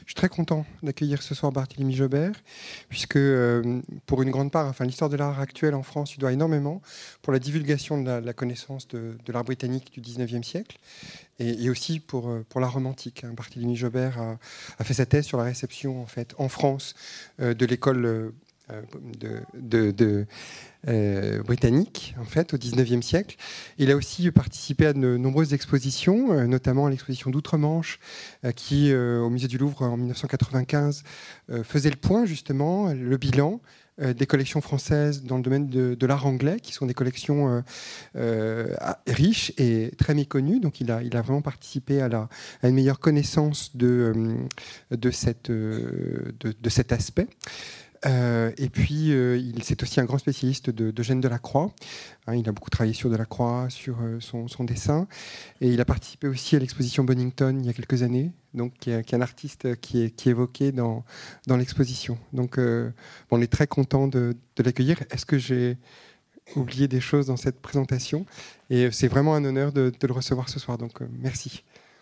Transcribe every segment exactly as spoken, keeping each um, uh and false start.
Je suis très content d'accueillir ce soir Barthélemy Jobert, puisque euh, pour une grande part, enfin, l'histoire de l'art actuel en France, il doit énormément pour la divulgation de la, de la connaissance de, de l'art britannique du dix-neuvième siècle, et, et aussi pour, pour l'art romantique. Hein. Barthélemy Jobert a, a fait sa thèse sur la réception en, fait, en France euh, de l'école euh, de... de, de Euh, britannique, en fait, au dix-neuvième siècle. Il a aussi participé à de nombreuses expositions, euh, notamment à l'exposition d'Outre-Manche, euh, qui, euh, au Musée du Louvre en dix-neuf cent quatre-vingt-quinze, euh, faisait le point, justement, le bilan euh, des collections françaises dans le domaine de, de l'art anglais, qui sont des collections euh, euh, riches et très méconnues. Donc, il a, il a vraiment participé à, la, à une meilleure connaissance de, euh, de, cette, euh, de, de cet aspect. Euh, et puis, euh, il, c'est aussi un grand spécialiste de, d'Eugène Delacroix. Hein, il a beaucoup travaillé sur Delacroix, sur euh, son, son dessin. Et il a participé aussi à l'exposition Bonington il y a quelques années, donc, qui, est, qui est un artiste qui est, qui est évoqué dans, dans l'exposition. Donc, euh, bon, on est très content de, de l'accueillir. Est-ce que j'ai oublié des choses dans cette présentation? Et c'est vraiment un honneur de, de le recevoir ce soir. Donc, euh, merci.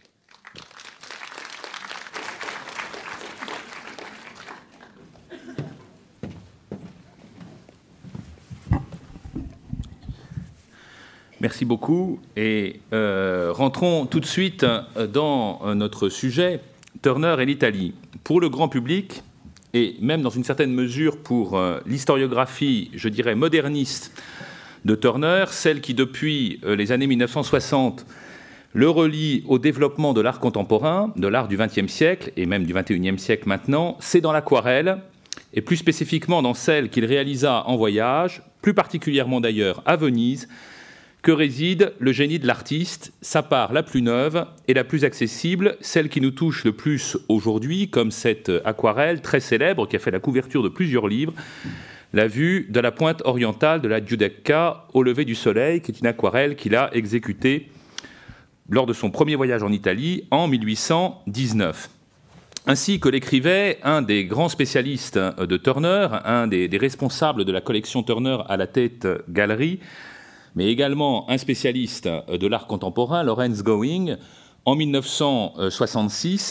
Merci beaucoup et euh, rentrons tout de suite dans notre sujet, Turner et l'Italie. Pour le grand public, et même dans une certaine mesure pour euh, l'historiographie, je dirais, moderniste de Turner, celle qui depuis euh, les années mille neuf cent soixante le relie au développement de l'art contemporain, de l'art du vingtième siècle et même du vingt et unième siècle maintenant, c'est dans l'aquarelle, et plus spécifiquement dans celle qu'il réalisa en voyage, plus particulièrement d'ailleurs à Venise, que réside le génie de l'artiste, sa part la plus neuve et la plus accessible, celle qui nous touche le plus aujourd'hui, comme cette aquarelle très célèbre qui a fait la couverture de plusieurs livres, la vue de la pointe orientale de la Giudecca au lever du soleil, qui est une aquarelle qu'il a exécutée lors de son premier voyage en Italie en mille huit cent dix-neuf. Ainsi que l'écrivait un des grands spécialistes de Turner, un des, des responsables de la collection Turner à la Tate Gallery, mais également un spécialiste de l'art contemporain, Lawrence Going, en mille neuf cent soixante-six.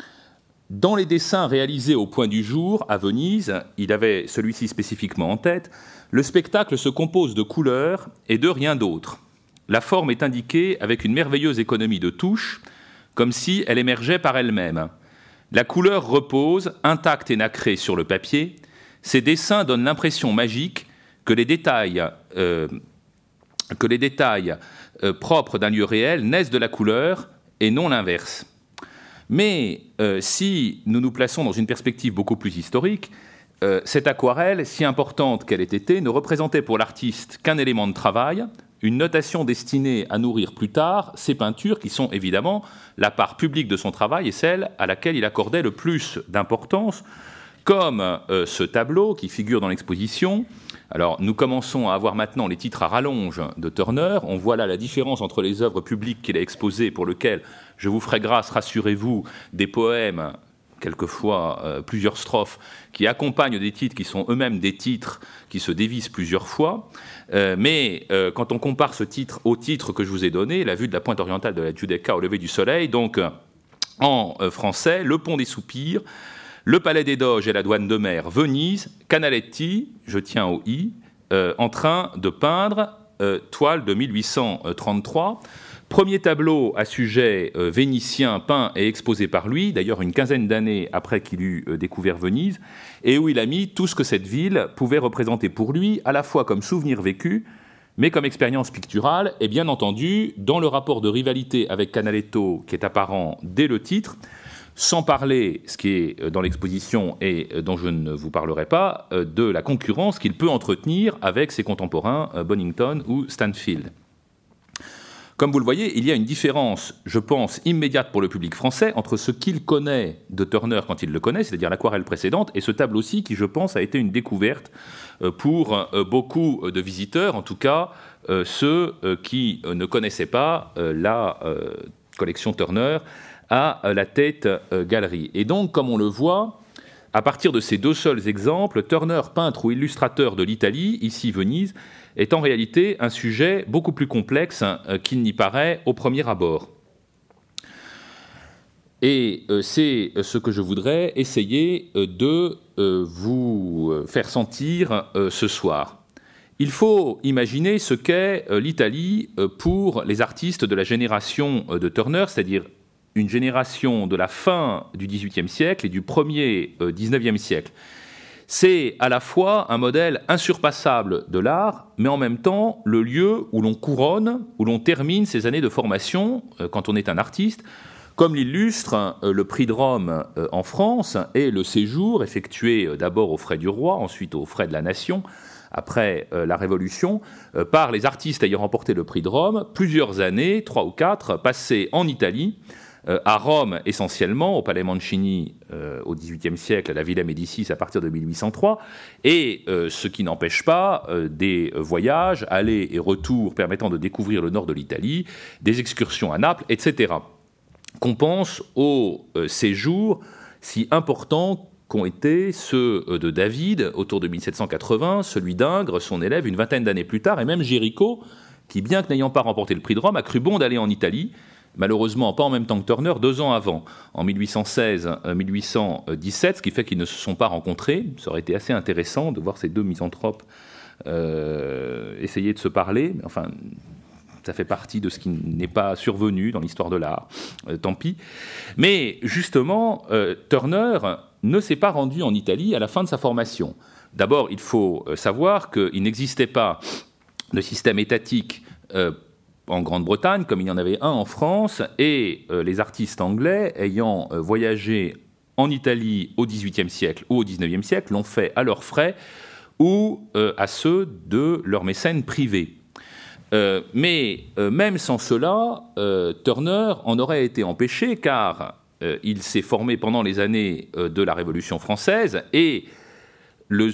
Dans les dessins réalisés au Point du Jour, à Venise, il avait celui-ci spécifiquement en tête, le spectacle se compose de couleurs et de rien d'autre. La forme est indiquée avec une merveilleuse économie de touches, comme si elle émergeait par elle-même. La couleur repose, intacte et nacrée sur le papier. Ces dessins donnent l'impression magique que les détails... Euh, que les détails euh, propres d'un lieu réel naissent de la couleur et non l'inverse. Mais euh, si nous nous plaçons dans une perspective beaucoup plus historique, euh, cette aquarelle, si importante qu'elle ait été, ne représentait pour l'artiste qu'un élément de travail, une notation destinée à nourrir plus tard ses peintures, qui sont évidemment la part publique de son travail et celle à laquelle il accordait le plus d'importance, comme euh, ce tableau qui figure dans l'exposition. Alors, nous commençons à avoir maintenant les titres à rallonge de Turner. On voit là la différence entre les œuvres publiques qu'il a exposées, pour lesquelles je vous ferai grâce, rassurez-vous, des poèmes, quelquefois euh, plusieurs strophes, qui accompagnent des titres qui sont eux-mêmes des titres qui se dévissent plusieurs fois. Euh, mais euh, quand on compare ce titre au titre que je vous ai donné, la vue de la pointe orientale de la Giudecca au lever du soleil, donc euh, en euh, français, le pont des soupirs, le Palais des Doges et la douane de mer, Venise, Canaletti, je tiens au i, euh, en train de peindre, euh, toile de mille huit cent trente-trois. Premier tableau à sujet euh, vénitien peint et exposé par lui, d'ailleurs une quinzaine d'années après qu'il eut euh, découvert Venise, et où il a mis tout ce que cette ville pouvait représenter pour lui, à la fois comme souvenir vécu, mais comme expérience picturale, et bien entendu, dans le rapport de rivalité avec Canaletto, qui est apparent dès le titre, sans parler, ce qui est dans l'exposition et dont je ne vous parlerai pas, de la concurrence qu'il peut entretenir avec ses contemporains Bonington ou Stanfield. Comme vous le voyez, il y a une différence, je pense, immédiate pour le public français entre ce qu'il connaît de Turner quand il le connaît, c'est-à-dire l'aquarelle précédente, et ce tableau-ci qui, je pense, a été une découverte pour beaucoup de visiteurs, en tout cas ceux qui ne connaissaient pas la collection Turner à la Tate Gallery. Et donc, comme on le voit, à partir de ces deux seuls exemples, Turner, peintre ou illustrateur de l'Italie, ici Venise, est en réalité un sujet beaucoup plus complexe qu'il n'y paraît au premier abord. Et euh, c'est ce que je voudrais essayer euh, de euh, vous faire sentir euh, ce soir. Il faut imaginer ce qu'est euh, l'Italie euh, pour les artistes de la génération euh, de Turner, c'est-à-dire une génération de la fin du dix-huitième siècle et du premier euh, dix-neuvième siècle. C'est à la fois un modèle insurpassable de l'art, mais en même temps le lieu où l'on couronne, où l'on termine ses années de formation euh, quand on est un artiste, comme l'illustre euh, le prix de Rome euh, en France et le séjour effectué euh, d'abord aux frais du roi, ensuite aux frais de la nation, après euh, la Révolution, euh, par les artistes ayant remporté le prix de Rome, plusieurs années, trois ou quatre, passées en Italie, euh, à Rome essentiellement, au Palais Mancini euh, au dix-huitième siècle, à la Villa Médicis à partir de mille huit cent trois, et euh, ce qui n'empêche pas euh, des voyages, aller et retour permettant de découvrir le nord de l'Italie, des excursions à Naples, et cetera. Qu'on pense aux euh, séjours si importants qu'ont été ceux de David, autour de mille sept cent quatre-vingts, celui d'Ingres, son élève, une vingtaine d'années plus tard, et même Géricault, qui, bien que n'ayant pas remporté le prix de Rome, a cru bon d'aller en Italie, malheureusement pas en même temps que Turner, deux ans avant, en mille huit cent seize mille huit cent dix-sept, ce qui fait qu'ils ne se sont pas rencontrés. Ça aurait été assez intéressant de voir ces deux misanthropes euh, essayer de se parler, mais enfin... ça fait partie de ce qui n'est pas survenu dans l'histoire de l'art, euh, tant pis. Mais justement, euh, Turner ne s'est pas rendu en Italie à la fin de sa formation. D'abord, il faut euh, savoir qu'il n'existait pas de système étatique euh, en Grande-Bretagne, comme il y en avait un en France, et euh, les artistes anglais ayant euh, voyagé en Italie au dix-huitième siècle ou au dix-neuvième siècle l'ont fait à leurs frais ou euh, à ceux de leurs mécènes privés. Euh, mais euh, même sans cela, euh, Turner en aurait été empêché car euh, il s'est formé pendant les années euh, de la Révolution française et le,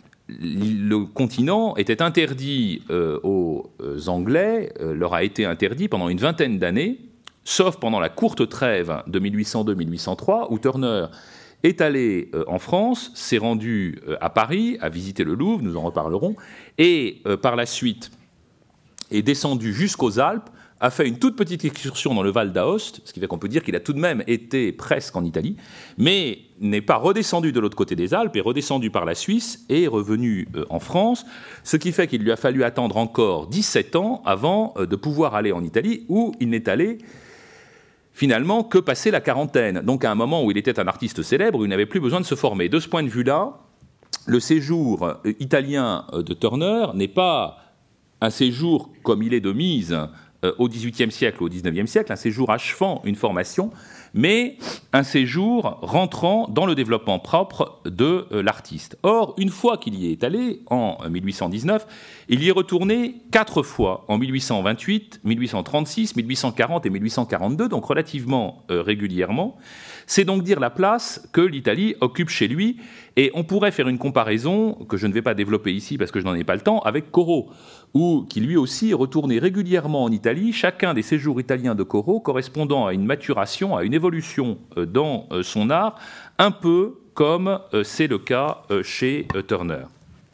le continent était interdit euh, aux Anglais, euh, leur a été interdit pendant une vingtaine d'années, sauf pendant la courte trêve de mille huit cent deux mille huit cent trois où Turner est allé euh, en France, s'est rendu euh, à Paris, a visité le Louvre, nous en reparlerons, et euh, par la suite est descendu jusqu'aux Alpes, a fait une toute petite excursion dans le Val d'Aoste, ce qui fait qu'on peut dire qu'il a tout de même été presque en Italie, mais n'est pas redescendu de l'autre côté des Alpes, est redescendu par la Suisse et est revenu euh, en France, ce qui fait qu'il lui a fallu attendre encore dix-sept ans avant euh, de pouvoir aller en Italie, où il n'est allé finalement que passer la quarantaine. Donc à un moment où il était un artiste célèbre, où il n'avait plus besoin de se former. De ce point de vue-là, le séjour euh, italien euh, de Turner n'est pas un séjour comme il est de mise euh, au dix-huitième siècle ou au dix-neuvième siècle, un séjour achevant une formation, mais un séjour rentrant dans le développement propre de euh, l'artiste. Or, une fois qu'il y est allé, en mille huit cent dix-neuf, il y est retourné quatre fois, en mille huit cent vingt-huit, mille huit cent trente-six, mille huit cent quarante et mille huit cent quarante-deux, donc relativement euh, régulièrement. C'est donc dire la place que l'Italie occupe chez lui, et on pourrait faire une comparaison, que je ne vais pas développer ici parce que je n'en ai pas le temps, avec Corot, où qui lui aussi est retourné régulièrement en Italie, chacun des séjours italiens de Corot correspondant à une maturation, à une évolution euh, dans euh, son art, un peu comme euh, c'est le cas euh, chez euh, Turner.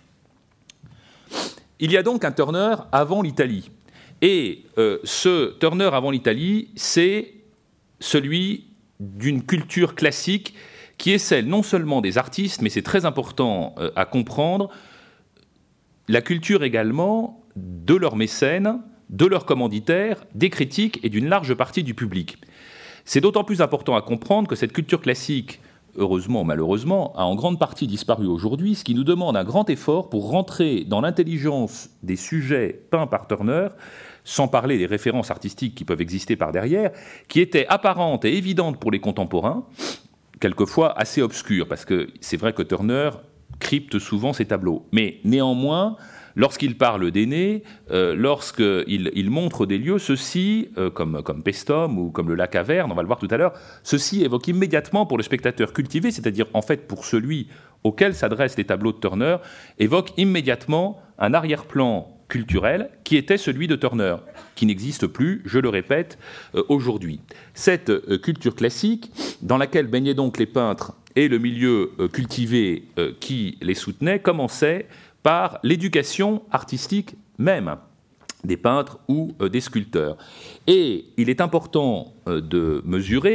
Il y a donc un Turner avant l'Italie. Et euh, ce Turner avant l'Italie, c'est celui d'une culture classique qui est celle non seulement des artistes, mais c'est très important euh, à comprendre, la culture également de leurs mécènes, de leurs commanditaires, des critiques et d'une large partie du public. C'est d'autant plus important à comprendre que cette culture classique, heureusement ou malheureusement, a en grande partie disparu aujourd'hui, ce qui nous demande un grand effort pour rentrer dans l'intelligence des sujets peints par Turner, sans parler des références artistiques qui peuvent exister par derrière, qui étaient apparentes et évidentes pour les contemporains, quelquefois assez obscures, parce que c'est vrai que Turner crypte souvent ses tableaux. Mais néanmoins, lorsqu'il parle d'Énée, euh, lorsqu'il il montre des lieux, ceux-ci, euh, comme, comme Paestum ou comme le lac Averne, on va le voir tout à l'heure, ceux-ci évoquent immédiatement pour le spectateur cultivé, c'est-à-dire en fait pour celui auquel s'adressent les tableaux de Turner, évoquent immédiatement un arrière-plan culturel qui était celui de Turner, qui n'existe plus, je le répète, euh, aujourd'hui. Cette euh, culture classique, dans laquelle baignaient donc les peintres et le milieu euh, cultivé euh, qui les soutenait, commençait par l'éducation artistique même des peintres ou euh, des sculpteurs. Et il est important euh, de mesurer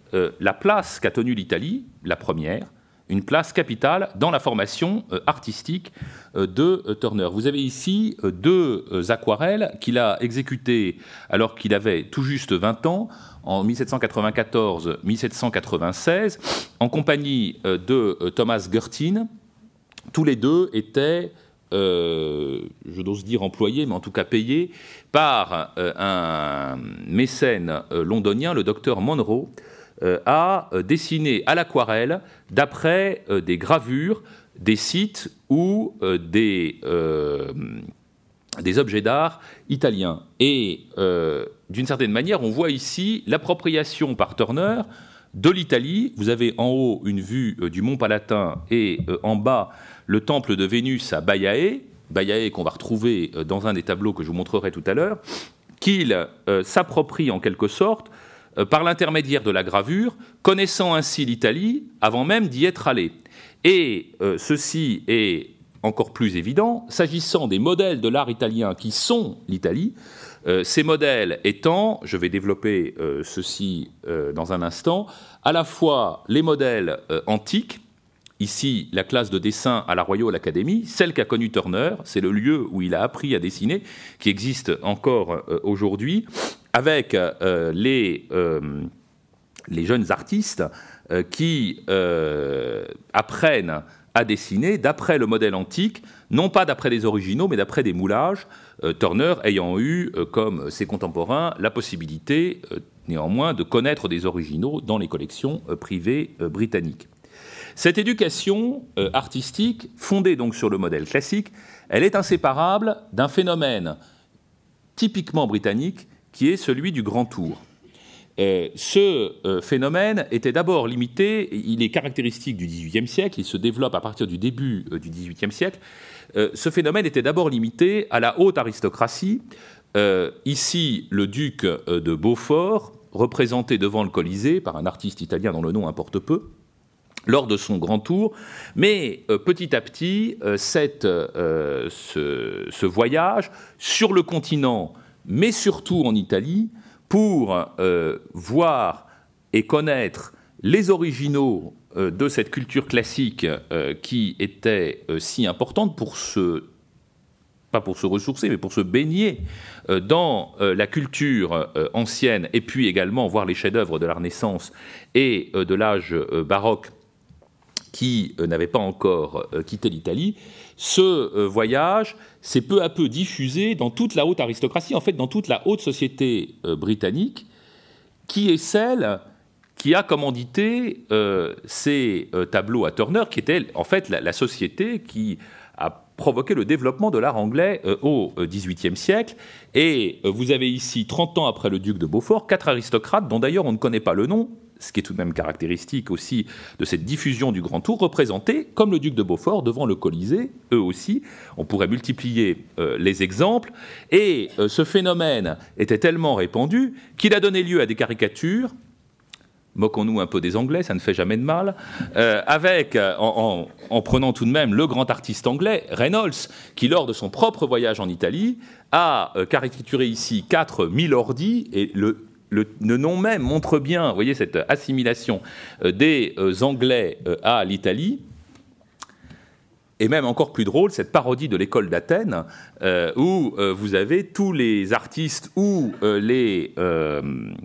euh, la place qu'a tenue l'Italie, la première, une place capitale dans la formation euh, artistique euh, de euh, Turner. Vous avez ici euh, deux euh, aquarelles qu'il a exécutées alors qu'il avait tout juste vingt ans, en dix-sept cent quatre-vingt-quatorze dix-sept cent quatre-vingt-seize, en compagnie euh, de euh, Thomas Gurtin. Tous les deux étaient, euh, je n'ose dire employés, mais en tout cas payés, par euh, un mécène euh, londonien, le docteur Monroe, euh, à euh, dessiner à l'aquarelle, d'après euh, des gravures, des sites ou euh, des, euh, des objets d'art italiens. Et euh, d'une certaine manière, on voit ici l'appropriation par Turner de l'Italie. Vous avez en haut une vue euh, du Mont Palatin et euh, en bas le temple de Vénus à Baiae, Baiae qu'on va retrouver euh, dans un des tableaux que je vous montrerai tout à l'heure, qu'il euh, s'approprie en quelque sorte euh, par l'intermédiaire de la gravure, connaissant ainsi l'Italie avant même d'y être allé. Et euh, ceci est encore plus évident s'agissant des modèles de l'art italien qui sont l'Italie. Euh, ces modèles étant, je vais développer euh, ceci euh, dans un instant, à la fois les modèles euh, antiques, ici la classe de dessin à la Royal Academy, celle qu'a connue Turner, c'est le lieu où il a appris à dessiner, qui existe encore euh, aujourd'hui, avec euh, les, euh, les jeunes artistes euh, qui euh, apprennent à dessiner d'après le modèle antique, non pas d'après des originaux, mais d'après des moulages, euh, Turner ayant eu, euh, comme ses contemporains, la possibilité, euh, néanmoins, de connaître des originaux dans les collections euh, privées euh, britanniques. Cette éducation euh, artistique, fondée donc sur le modèle classique, elle est inséparable d'un phénomène typiquement britannique, qui est celui du grand tour. Euh, ce euh, phénomène était d'abord limité, il est caractéristique du dix-huitième siècle, il se développe à partir du début euh, du dix-huitième siècle. Euh, ce phénomène était d'abord limité à la haute aristocratie. Euh, ici, le duc euh, de Beaufort, représenté devant le Colisée par un artiste italien dont le nom importe peu, lors de son grand tour. Mais euh, petit à petit, euh, cette, euh, ce, ce voyage sur le continent, mais surtout en Italie, pour euh, voir et connaître les originaux euh, de cette culture classique euh, qui était euh, si importante pour se, pas pour se ressourcer, mais pour se baigner euh, dans euh, la culture euh, ancienne, et puis également voir les chefs-d'œuvre de la Renaissance et euh, de l'âge euh, baroque qui euh, n'avaient pas encore euh, quitté l'Italie. Ce euh, voyage s'est peu à peu diffusé dans toute la haute aristocratie, en fait dans toute la haute société euh, britannique, qui est celle qui a commandité euh, ces euh, tableaux à Turner, qui était en fait la, la société qui a provoqué le développement de l'art anglais euh, au dix-huitième siècle. Et euh, vous avez ici, trente ans après le duc de Beaufort, quatre aristocrates, dont d'ailleurs on ne connaît pas le nom, ce qui est tout de même caractéristique aussi de cette diffusion du Grand Tour, représentés comme le duc de Beaufort devant le Colisée, eux aussi. On pourrait multiplier euh, les exemples. Et euh, ce phénomène était tellement répandu qu'il a donné lieu à des caricatures, moquons-nous un peu des Anglais, ça ne fait jamais de mal, euh, avec, euh, en, en, en prenant tout de même le grand artiste anglais, Reynolds, qui lors de son propre voyage en Italie, a euh, caricaturé ici quatre milordis, et le Le, le nom même montre bien, vous voyez, cette assimilation euh, des euh, Anglais euh, à l'Italie. Et même encore plus drôle, cette parodie de l'école d'Athènes, euh, où euh, vous avez tous les artistes ou euh, les, euh,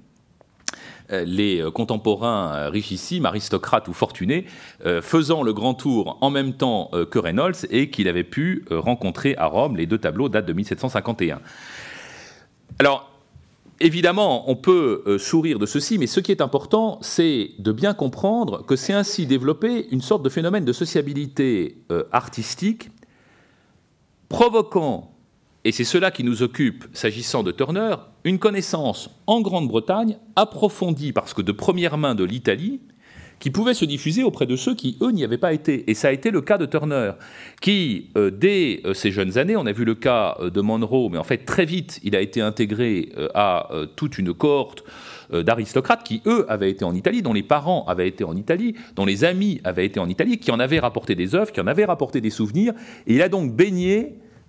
les contemporains richissimes, aristocrates ou fortunés, euh, faisant le grand tour en même temps euh, que Reynolds, et qu'il avait pu euh, rencontrer à Rome. Les deux tableaux datent de dix-sept cent cinquante et un. Alors, évidemment, on peut euh, sourire de ceci, mais ce qui est important, c'est de bien comprendre que c'est ainsi développé une sorte de phénomène de sociabilité euh, artistique, provoquant, et c'est cela qui nous occupe s'agissant de Turner, une connaissance en Grande-Bretagne approfondie, parce que de première main de l'Italie, qui pouvait se diffuser auprès de ceux qui, eux, n'y avaient pas été. Et ça a été le cas de Turner, qui, euh, dès euh, ses jeunes années, on a vu le cas euh, de Monroe, mais en fait, très vite, il a été intégré euh, à euh, toute une cohorte euh, d'aristocrates qui, eux, avaient été en Italie, dont les parents avaient été en Italie, dont les amis avaient été en Italie, qui en avaient rapporté des œuvres, qui en avaient rapporté des souvenirs. Et il a donc baigné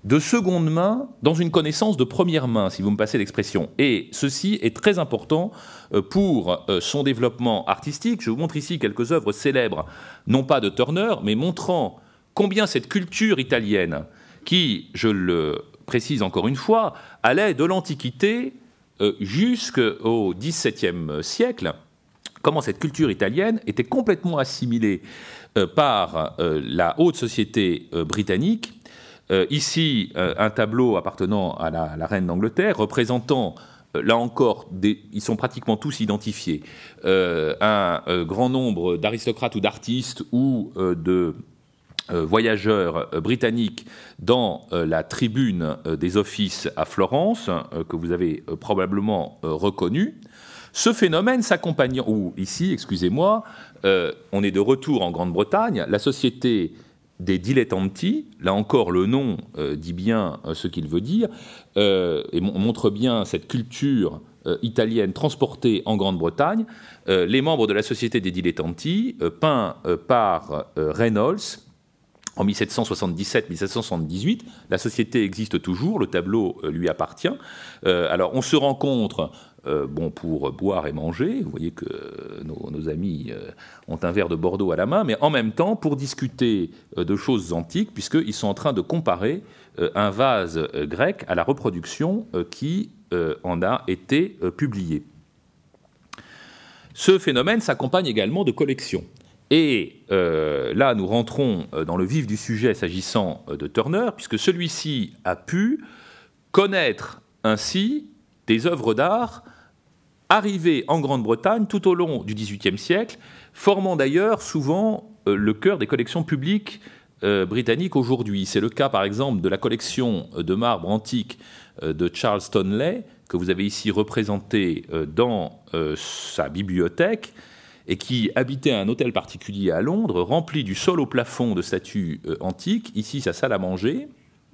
de seconde main dans une connaissance de première main, si vous me passez l'expression. Et ceci est très important pour son développement artistique. Je vous montre ici quelques œuvres célèbres, non pas de Turner, mais montrant combien cette culture italienne, qui, je le précise encore une fois, allait de l'Antiquité jusqu'au dix-septième siècle, comment cette culture italienne était complètement assimilée par la haute société britannique. Euh, ici, euh, un tableau appartenant à la, à la reine d'Angleterre, représentant, euh, là encore, des, ils sont pratiquement tous identifiés, euh, un euh, grand nombre d'aristocrates ou d'artistes ou euh, de euh, voyageurs euh, britanniques dans euh, la tribune euh, des offices à Florence, euh, que vous avez euh, probablement euh, reconnu. Ce phénomène s'accompagnant, ou ici, excusez-moi, euh, on est de retour en Grande-Bretagne, la société des dilettanti, là encore le nom euh, dit bien euh, ce qu'il veut dire, euh, et montre bien cette culture euh, italienne transportée en Grande-Bretagne. Euh, les membres de la société des dilettanti, euh, peints euh, par euh, Reynolds en dix-sept cent soixante-dix-sept dix-sept cent soixante-dix-huit, la société existe toujours, le tableau euh, lui appartient. Euh, alors on se rencontre Euh, bon, pour boire et manger. Vous voyez que nos, nos amis euh, ont un verre de Bordeaux à la main, mais en même temps pour discuter euh, de choses antiques, puisqu'ils sont en train de comparer euh, un vase euh, grec à la reproduction euh, qui euh, en a été euh, publiée. Ce phénomène s'accompagne également de collections. Et euh, là, nous rentrons dans le vif du sujet s'agissant de Turner, puisque celui-ci a pu connaître ainsi des œuvres d'art arrivées en Grande-Bretagne tout au long du dix-huitième siècle, formant d'ailleurs souvent euh, le cœur des collections publiques euh, britanniques aujourd'hui. C'est le cas par exemple de la collection de marbre antique euh, de Charles Stanley, que vous avez ici représenté euh, dans euh, sa bibliothèque, et qui habitait un hôtel particulier à Londres, rempli du sol au plafond de statues euh, antiques, ici sa salle à manger,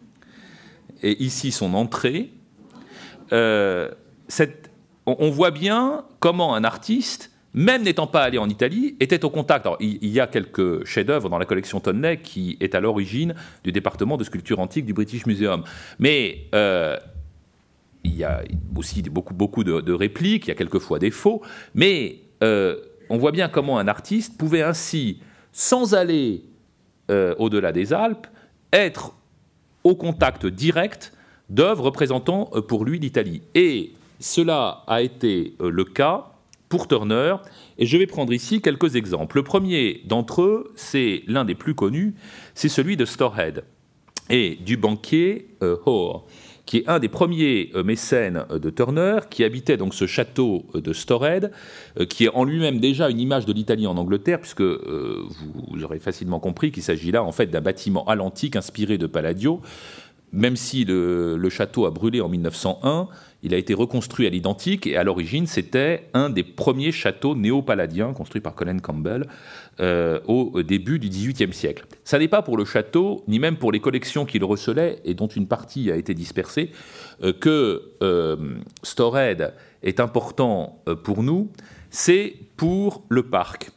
et ici son entrée. Euh, cette, on, on voit bien comment un artiste, même n'étant pas allé en Italie, était au contact. Alors, il, il y a quelques chefs-d'œuvre dans la collection Tonley qui est à l'origine du département de sculpture antique du British Museum. Mais euh, il y a aussi beaucoup, beaucoup de, de répliques, il y a quelquefois des faux, mais euh, on voit bien comment un artiste pouvait ainsi, sans aller euh, au-delà des Alpes, être au contact direct d'œuvres représentant pour lui l'Italie. Et cela a été le cas pour Turner, et je vais prendre ici quelques exemples. Le premier d'entre eux, c'est l'un des plus connus, c'est celui de Storehead, et du banquier euh, Hoare, qui est un des premiers euh, mécènes de Turner, qui habitait donc ce château de Storehead, euh, qui est en lui-même déjà une image de l'Italie en Angleterre, puisque euh, vous, vous aurez facilement compris qu'il s'agit là en fait d'un bâtiment à l'antique inspiré de Palladio. Même si le, le château a brûlé en mille neuf cent un, il a été reconstruit à l'identique, et à l'origine, c'était un des premiers châteaux néo-palladiens construits par Colin Campbell euh, au début du dix-huitième siècle. Ça n'est pas pour le château, ni même pour les collections qu'il recelait, et dont une partie a été dispersée, euh, que euh, Storehead est important euh, pour nous, c'est pour le parc,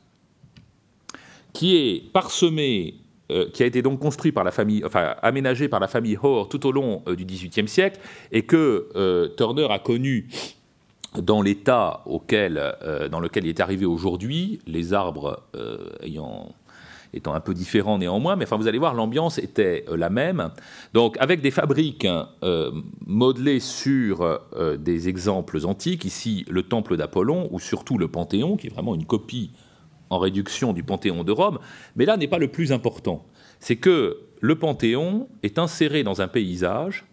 qui est parsemé, euh, qui a été donc construit par la famille, enfin aménagé par la famille Hoare tout au long euh, du dix-huitième siècle, et que euh, Turner a connu dans l'état auquel, euh, dans lequel il est arrivé aujourd'hui, les arbres euh, ayant, étant un peu différents néanmoins, mais enfin vous allez voir, l'ambiance était euh, la même. Donc avec des fabriques euh, modelées sur euh, des exemples antiques, ici le temple d'Apollon, ou surtout le Panthéon, qui est vraiment une copie en réduction du Panthéon de Rome, mais là n'est pas le plus important. C'est que le Panthéon est inséré dans un paysage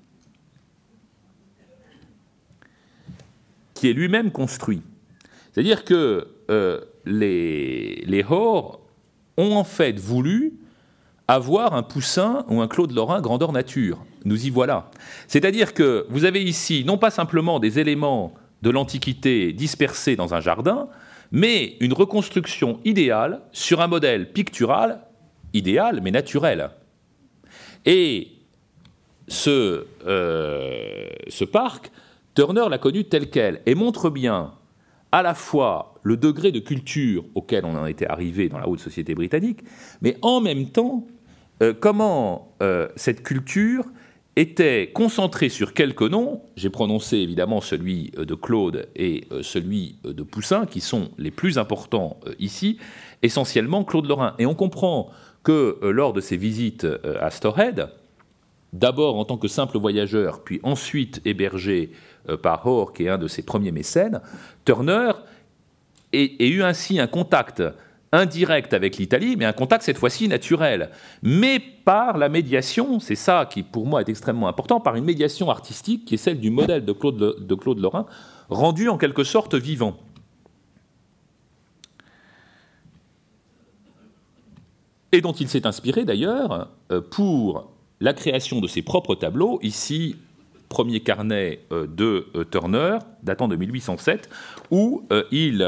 qui est lui-même construit. C'est-à-dire que euh, les, les Hoare ont en fait voulu avoir un Poussin ou un Claude Lorrain grandeur nature. Nous y voilà. C'est-à-dire que vous avez ici non pas simplement des éléments de l'Antiquité dispersés dans un jardin, mais une reconstruction idéale sur un modèle pictural, idéal mais naturel. Et ce, euh, ce parc, Turner l'a connu tel quel, et montre bien à la fois le degré de culture auquel on en était arrivé dans la haute société britannique, mais en même temps, euh, comment euh, cette culture était concentré sur quelques noms. J'ai prononcé évidemment celui de Claude et celui de Poussin, qui sont les plus importants ici, essentiellement Claude Lorrain. Et on comprend que lors de ses visites à Stourhead, d'abord en tant que simple voyageur, puis ensuite hébergé par Hoare, qui est un de ses premiers mécènes, Turner ait, ait eu ainsi un contact indirect avec l'Italie, mais un contact cette fois-ci naturel, mais par la médiation, c'est ça qui pour moi est extrêmement important, par une médiation artistique qui est celle du modèle de Claude, de Claude Lorrain, rendu en quelque sorte vivant. Et dont il s'est inspiré d'ailleurs pour la création de ses propres tableaux, ici premier carnet euh, de euh, Turner, datant de mille huit cent sept, où euh, il,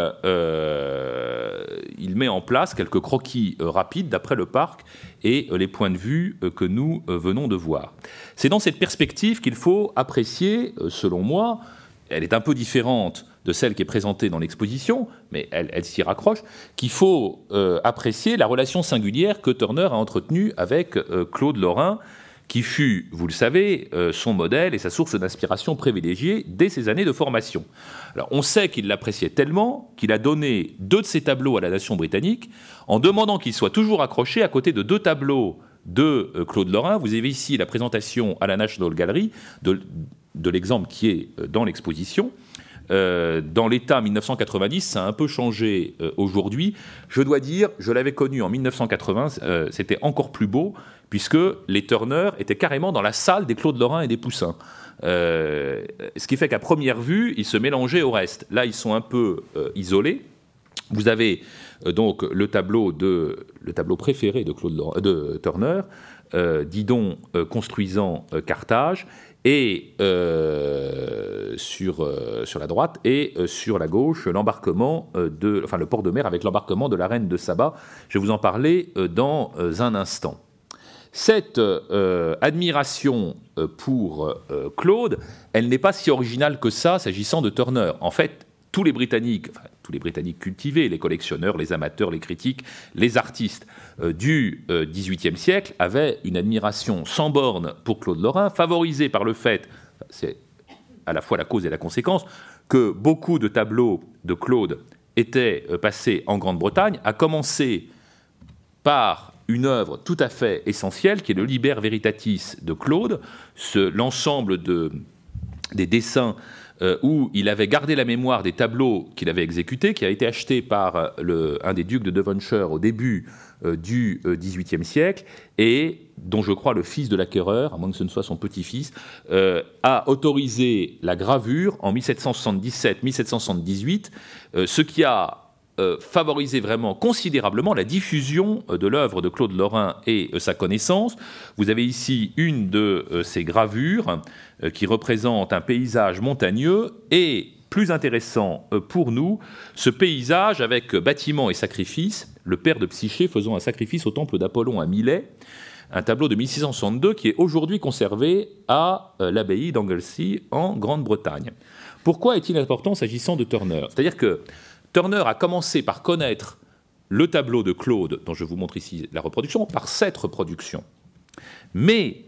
euh, il met en place quelques croquis euh, rapides d'après le parc et euh, les points de vue euh, que nous euh, venons de voir. C'est dans cette perspective qu'il faut apprécier, euh, selon moi, elle est un peu différente de celle qui est présentée dans l'exposition, mais elle, elle s'y raccroche, qu'il faut euh, apprécier la relation singulière que Turner a entretenue avec euh, Claude Lorrain, qui fut, vous le savez, euh, son modèle et sa source d'inspiration privilégiée dès ses années de formation. Alors, on sait qu'il l'appréciait tellement qu'il a donné deux de ses tableaux à la nation britannique en demandant qu'ils soient toujours accrochés à côté de deux tableaux de euh, Claude Lorrain. Vous avez ici la présentation à la National Gallery de, de l'exemple qui est euh, dans l'exposition. Euh, dans l'état mille neuf cent quatre-vingt-dix, ça a un peu changé euh, aujourd'hui. Je dois dire, je l'avais connu en mille neuf cent quatre-vingts, euh, c'était encore plus beau, puisque les Turner étaient carrément dans la salle des Claude Lorrain et des Poussin. Euh, ce qui fait qu'à première vue, ils se mélangeaient au reste. Là, ils sont un peu euh, isolés. Vous avez euh, donc le tableau, de, le tableau préféré de, Claude Lorrain, de Turner, euh, Didon euh, construisant euh, Carthage, et euh, sur, euh, sur la droite, et euh, sur la gauche, l'embarquement euh, de, enfin le port de mer avec l'embarquement de la reine de Saba. Je vais vous en parler euh, dans euh, un instant. Cette euh, admiration euh, pour euh, Claude, elle n'est pas si originale que ça s'agissant de Turner. En fait, tous les Britanniques, enfin, tous les Britanniques cultivés, les collectionneurs, les amateurs, les critiques, les artistes euh, du euh, dix-huitième siècle avaient une admiration sans borne pour Claude Lorrain, favorisée par le fait, c'est à la fois la cause et la conséquence, que beaucoup de tableaux de Claude étaient euh, passés en Grande-Bretagne, à commencer par une œuvre tout à fait essentielle, qui est le Liber Veritatis de Claude, ce, l'ensemble de, des dessins euh, où il avait gardé la mémoire des tableaux qu'il avait exécutés, qui a été acheté par le, un des ducs de Devonshire au début euh, du dix-huitième siècle, et dont je crois le fils de l'acquéreur, à moins que ce ne soit son petit-fils, euh, a autorisé la gravure en mille sept cent soixante-dix-sept mille sept cent soixante-dix-huit, euh, ce qui a Euh, favoriser vraiment considérablement la diffusion euh, de l'œuvre de Claude Lorrain et euh, sa connaissance. Vous avez ici une de euh, ces gravures euh, qui représente un paysage montagneux et, plus intéressant euh, pour nous, ce paysage avec euh, bâtiments et sacrifices, le père de Psyché faisant un sacrifice au temple d'Apollon à Milet, un tableau de mille six cent soixante-deux qui est aujourd'hui conservé à euh, l'abbaye d'Anglesey en Grande-Bretagne. Pourquoi est-il important s'agissant de Turner ? C'est-à-dire que Turner a commencé par connaître le tableau de Claude, dont je vous montre ici la reproduction, par cette reproduction. Mais,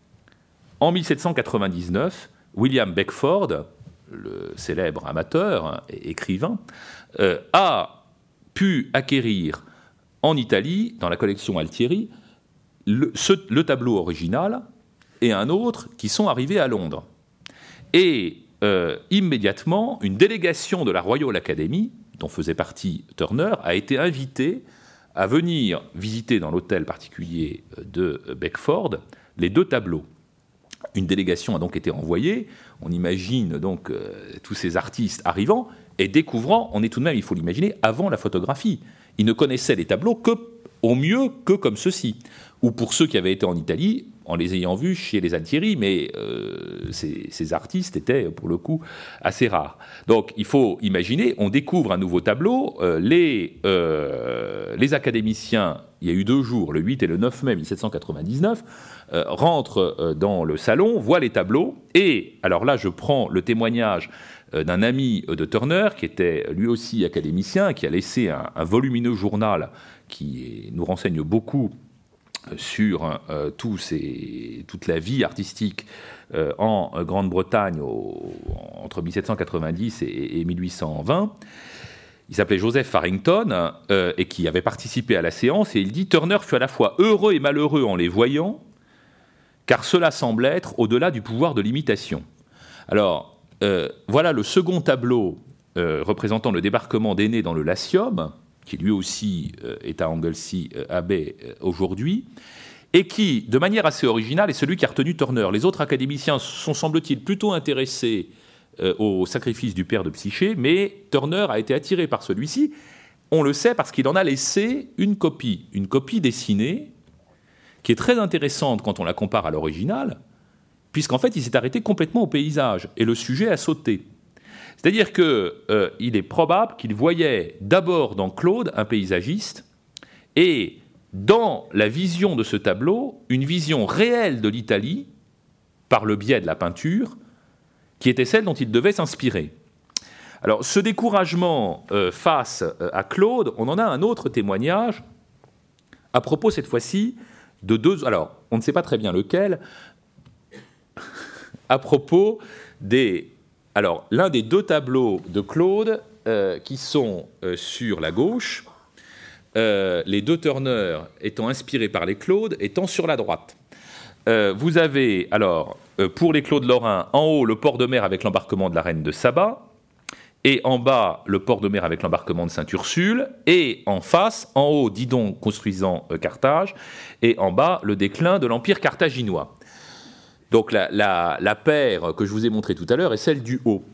en mille sept cent quatre-vingt-dix-neuf, William Beckford, le célèbre amateur et écrivain, euh, a pu acquérir en Italie, dans la collection Altieri, le, ce, le tableau original et un autre qui sont arrivés à Londres. Et euh, immédiatement, une délégation de la Royal Academy, dont faisait partie Turner, a été invité à venir visiter dans l'hôtel particulier de Beckford les deux tableaux. Une délégation a donc été envoyée, on imagine donc euh, tous ces artistes arrivant et découvrant, on est tout de même, il faut l'imaginer, avant la photographie. Ils ne connaissaient les tableaux que, au mieux que comme ceci. Ou pour ceux qui avaient été en Italie, en les ayant vus chez les Altieri, mais euh, ces, ces artistes étaient, pour le coup, assez rares. Donc, il faut imaginer, on découvre un nouveau tableau, euh, les, euh, les académiciens, il y a eu deux jours, le huit et le neuf mai mille sept cent quatre-vingt-dix-neuf, euh, rentrent euh, dans le salon, voient les tableaux, et, alors là, je prends le témoignage euh, d'un ami de Turner, qui était lui aussi académicien, qui a laissé un, un volumineux journal qui est, nous renseigne beaucoup sur euh, tous ces, toute la vie artistique euh, en Grande-Bretagne au, entre mille sept cent quatre-vingt-dix et, et mille huit cent vingt. Il s'appelait Joseph Farrington euh, et qui avait participé à la séance, et il dit « Turner fut à la fois heureux et malheureux en les voyant, car cela semble être au-delà du pouvoir de l'imitation. » Alors, euh, voilà le second tableau euh, représentant le débarquement d'Énée dans le Latium, qui lui aussi euh, est à Anglesey euh, Abbey euh, aujourd'hui, et qui, de manière assez originale, est celui qui a retenu Turner. Les autres académiciens sont, semble-t-il, plutôt intéressés euh, au sacrifice du père de Psyché, mais Turner a été attiré par celui-ci. On le sait parce qu'il en a laissé une copie, une copie dessinée, qui est très intéressante quand on la compare à l'original, puisqu'en fait, il s'est arrêté complètement au paysage, et le sujet a sauté. C'est-à-dire qu'il euh, est probable qu'il voyait d'abord dans Claude un paysagiste, et dans la vision de ce tableau, une vision réelle de l'Italie, par le biais de la peinture, qui était celle dont il devait s'inspirer. Alors, ce découragement euh, face euh, à Claude, on en a un autre témoignage, à propos cette fois-ci de deux... Alors, on ne sait pas très bien lequel, à propos des... Alors, l'un des deux tableaux de Claude euh, qui sont euh, sur la gauche, euh, les deux Turner étant inspirés par les Claude, étant sur la droite. Euh, vous avez, alors, euh, pour les Claude Lorrain, en haut, le port de mer avec l'embarquement de la reine de Saba, et en bas, le port de mer avec l'embarquement de Sainte-Ursule, et en face, en haut, Didon construisant euh, Carthage, et en bas, le déclin de l'empire carthaginois. Donc la, la, la paire que je vous ai montrée tout à l'heure est celle du haut.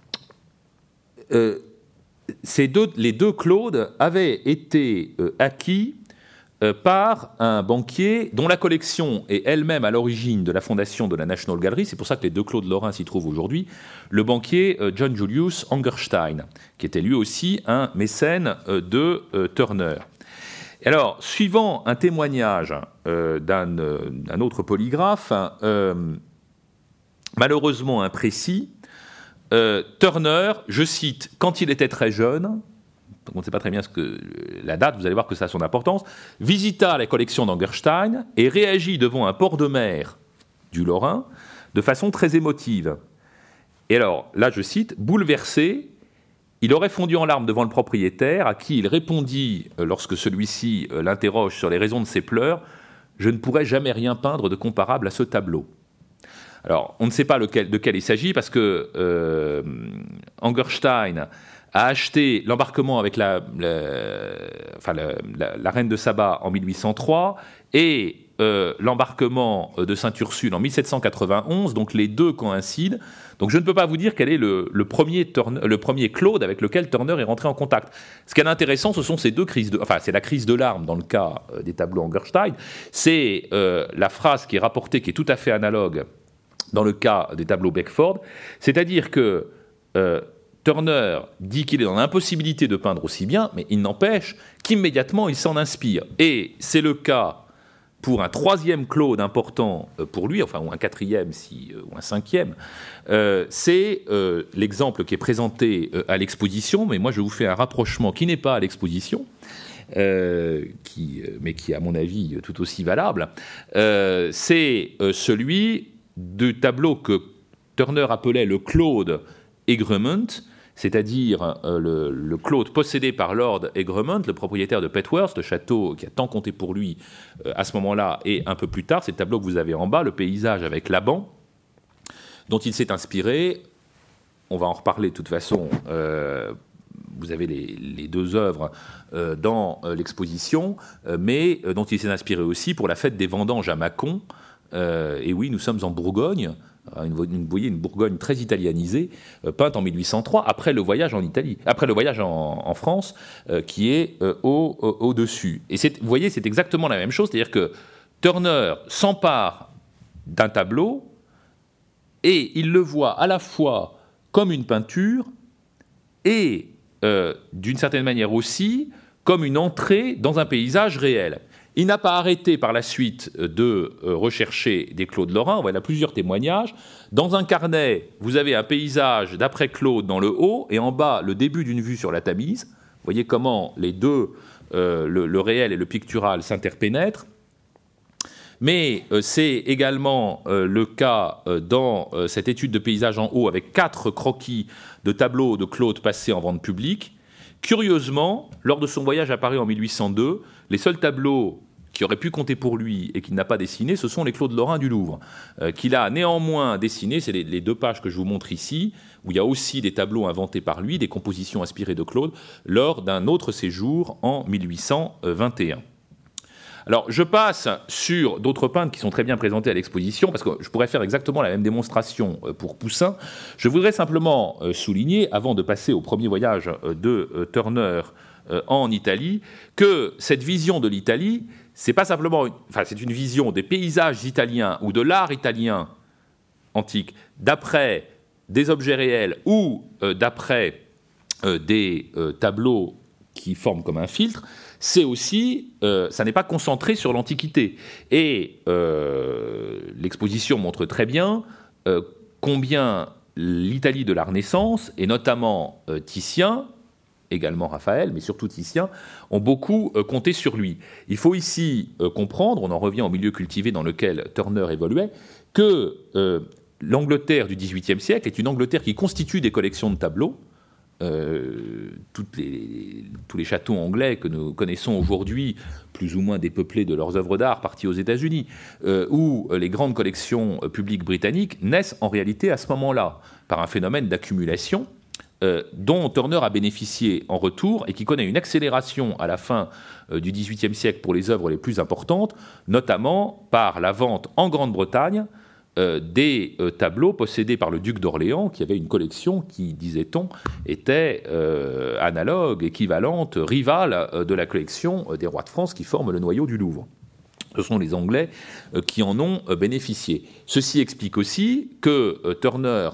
Euh, ces deux, les deux Claude avaient été euh, acquis euh, par un banquier dont la collection est elle-même à l'origine de la fondation de la National Gallery. C'est pour ça que les deux Claude Lorrain s'y trouvent aujourd'hui. Le banquier euh, John Julius Angerstein, qui était lui aussi un mécène euh, de euh, Turner. Et alors, suivant un témoignage euh, d'un, euh, d'un autre polygraphe, euh, malheureusement imprécis, euh, Turner, je cite, « quand il était très jeune », donc on ne sait pas très bien ce que, la date, vous allez voir que ça a son importance, « visita la collection d'Angerstein et réagit devant un port de mer du Lorrain de façon très émotive. » Et alors, là je cite, « bouleversé », il aurait fondu en larmes devant le propriétaire, à qui il répondit, lorsque celui-ci l'interroge sur les raisons de ses pleurs, « Je ne pourrais jamais rien peindre de comparable à ce tableau. » Alors, on ne sait pas lequel, de quel il s'agit, parce que euh, Angerstein a acheté l'embarquement avec la, la, enfin la, la, la reine de Saba en mille huit cent trois, et euh, l'embarquement de Sainte-Ursule en mille sept cent quatre-vingt-onze, donc les deux coïncident. Donc je ne peux pas vous dire quel est le, le, premier, Turner, le premier Claude avec lequel Turner est rentré en contact. Ce qui est intéressant, ce sont ces deux crises de... Enfin, c'est la crise de larmes dans le cas euh, des tableaux Angerstein. C'est euh, la phrase qui est rapportée, qui est tout à fait analogue dans le cas des tableaux Beckford. C'est-à-dire que euh, Turner dit qu'il est dans l'impossibilité de peindre aussi bien, mais il n'empêche qu'immédiatement il s'en inspire. Et c'est le cas pour un troisième Claude important pour lui, enfin ou un quatrième si, ou un cinquième, euh, c'est euh, l'exemple qui est présenté euh, à l'exposition, mais moi je vous fais un rapprochement qui n'est pas à l'exposition, euh, qui, mais qui est à mon avis tout aussi valable, euh, c'est euh, celui du tableau que Turner appelait le Claude Egremont, c'est-à-dire euh, le, le Claude possédé par Lord Egremont, le propriétaire de Petworth, le château qui a tant compté pour lui euh, à ce moment-là et un peu plus tard. C'est le tableau que vous avez en bas, le paysage avec Laban, dont il s'est inspiré. On va en reparler de toute façon. Euh, vous avez les, les deux œuvres euh, dans euh, l'exposition, euh, mais euh, dont il s'est inspiré aussi pour la fête des vendanges à Mâcon. Euh, et oui, nous sommes en Bourgogne. Une, une, vous voyez, une Bourgogne très italianisée, euh, peinte en mille huit cent trois, après le voyage en Italie, après le voyage en, en France, euh, qui est euh, au, au, au-dessus. Et c'est, vous voyez, c'est exactement la même chose, c'est-à-dire que Turner s'empare d'un tableau et il le voit à la fois comme une peinture et, euh, d'une certaine manière aussi, comme une entrée dans un paysage réel. Il n'a pas arrêté par la suite de rechercher des Claude Lorrain. On a plusieurs témoignages. Dans un carnet, vous avez un paysage d'après Claude dans le haut et en bas, le début d'une vue sur la Tamise. Vous voyez comment les deux, euh, le, le réel et le pictural, s'interpénètrent. mais euh, c'est également euh, le cas euh, dans euh, cette étude de paysage en haut avec quatre croquis de tableaux de Claude passés en vente publique. Curieusement, lors de son voyage à Paris en mille huit cent deux, les seuls tableaux qui auraient pu compter pour lui et qu'il n'a pas dessinés, ce sont les Claude Lorrain du Louvre, euh, qu'il a néanmoins dessinés. C'est les, les deux pages que je vous montre ici, où il y a aussi des tableaux inventés par lui, des compositions inspirées de Claude, lors d'un autre séjour en mille huit cent vingt et un. Alors, je passe sur d'autres peintres qui sont très bien présentés à l'exposition, parce que je pourrais faire exactement la même démonstration pour Poussin. Je voudrais simplement souligner, avant de passer au premier voyage de Turner en Italie, que cette vision de l'Italie, c'est pas simplement, une, enfin, c'est une vision des paysages italiens ou de l'art italien antique d'après des objets réels ou euh, d'après euh, des euh, tableaux qui forment comme un filtre. C'est aussi, euh, ça n'est pas concentré sur l'Antiquité. Et euh, l'exposition montre très bien euh, combien l'Italie de la Renaissance, et notamment euh, Titien, également Raphaël, mais surtout Titien, ont beaucoup euh, compté sur lui. Il faut ici euh, comprendre, on en revient au milieu cultivé dans lequel Turner évoluait, que euh, l'Angleterre du dix-huitième siècle est une Angleterre qui constitue des collections de tableaux. Euh, toutes les, tous les châteaux anglais que nous connaissons aujourd'hui, plus ou moins dépeuplés de leurs œuvres d'art parties aux États-Unis, euh, ou les grandes collections euh, publiques britanniques, naissent en réalité à ce moment-là, par un phénomène d'accumulation euh, dont Turner a bénéficié en retour et qui connaît une accélération à la fin euh, du dix-huitième siècle pour les œuvres les plus importantes, notamment par la vente en Grande-Bretagne Euh, des euh, tableaux possédés par le duc d'Orléans, qui avait une collection qui, disait-on, était euh, analogue, équivalente, rivale euh, de la collection euh, des rois de France qui forment le noyau du Louvre. Ce sont les Anglais euh, qui en ont euh, bénéficié. Ceci explique aussi que euh, Turner,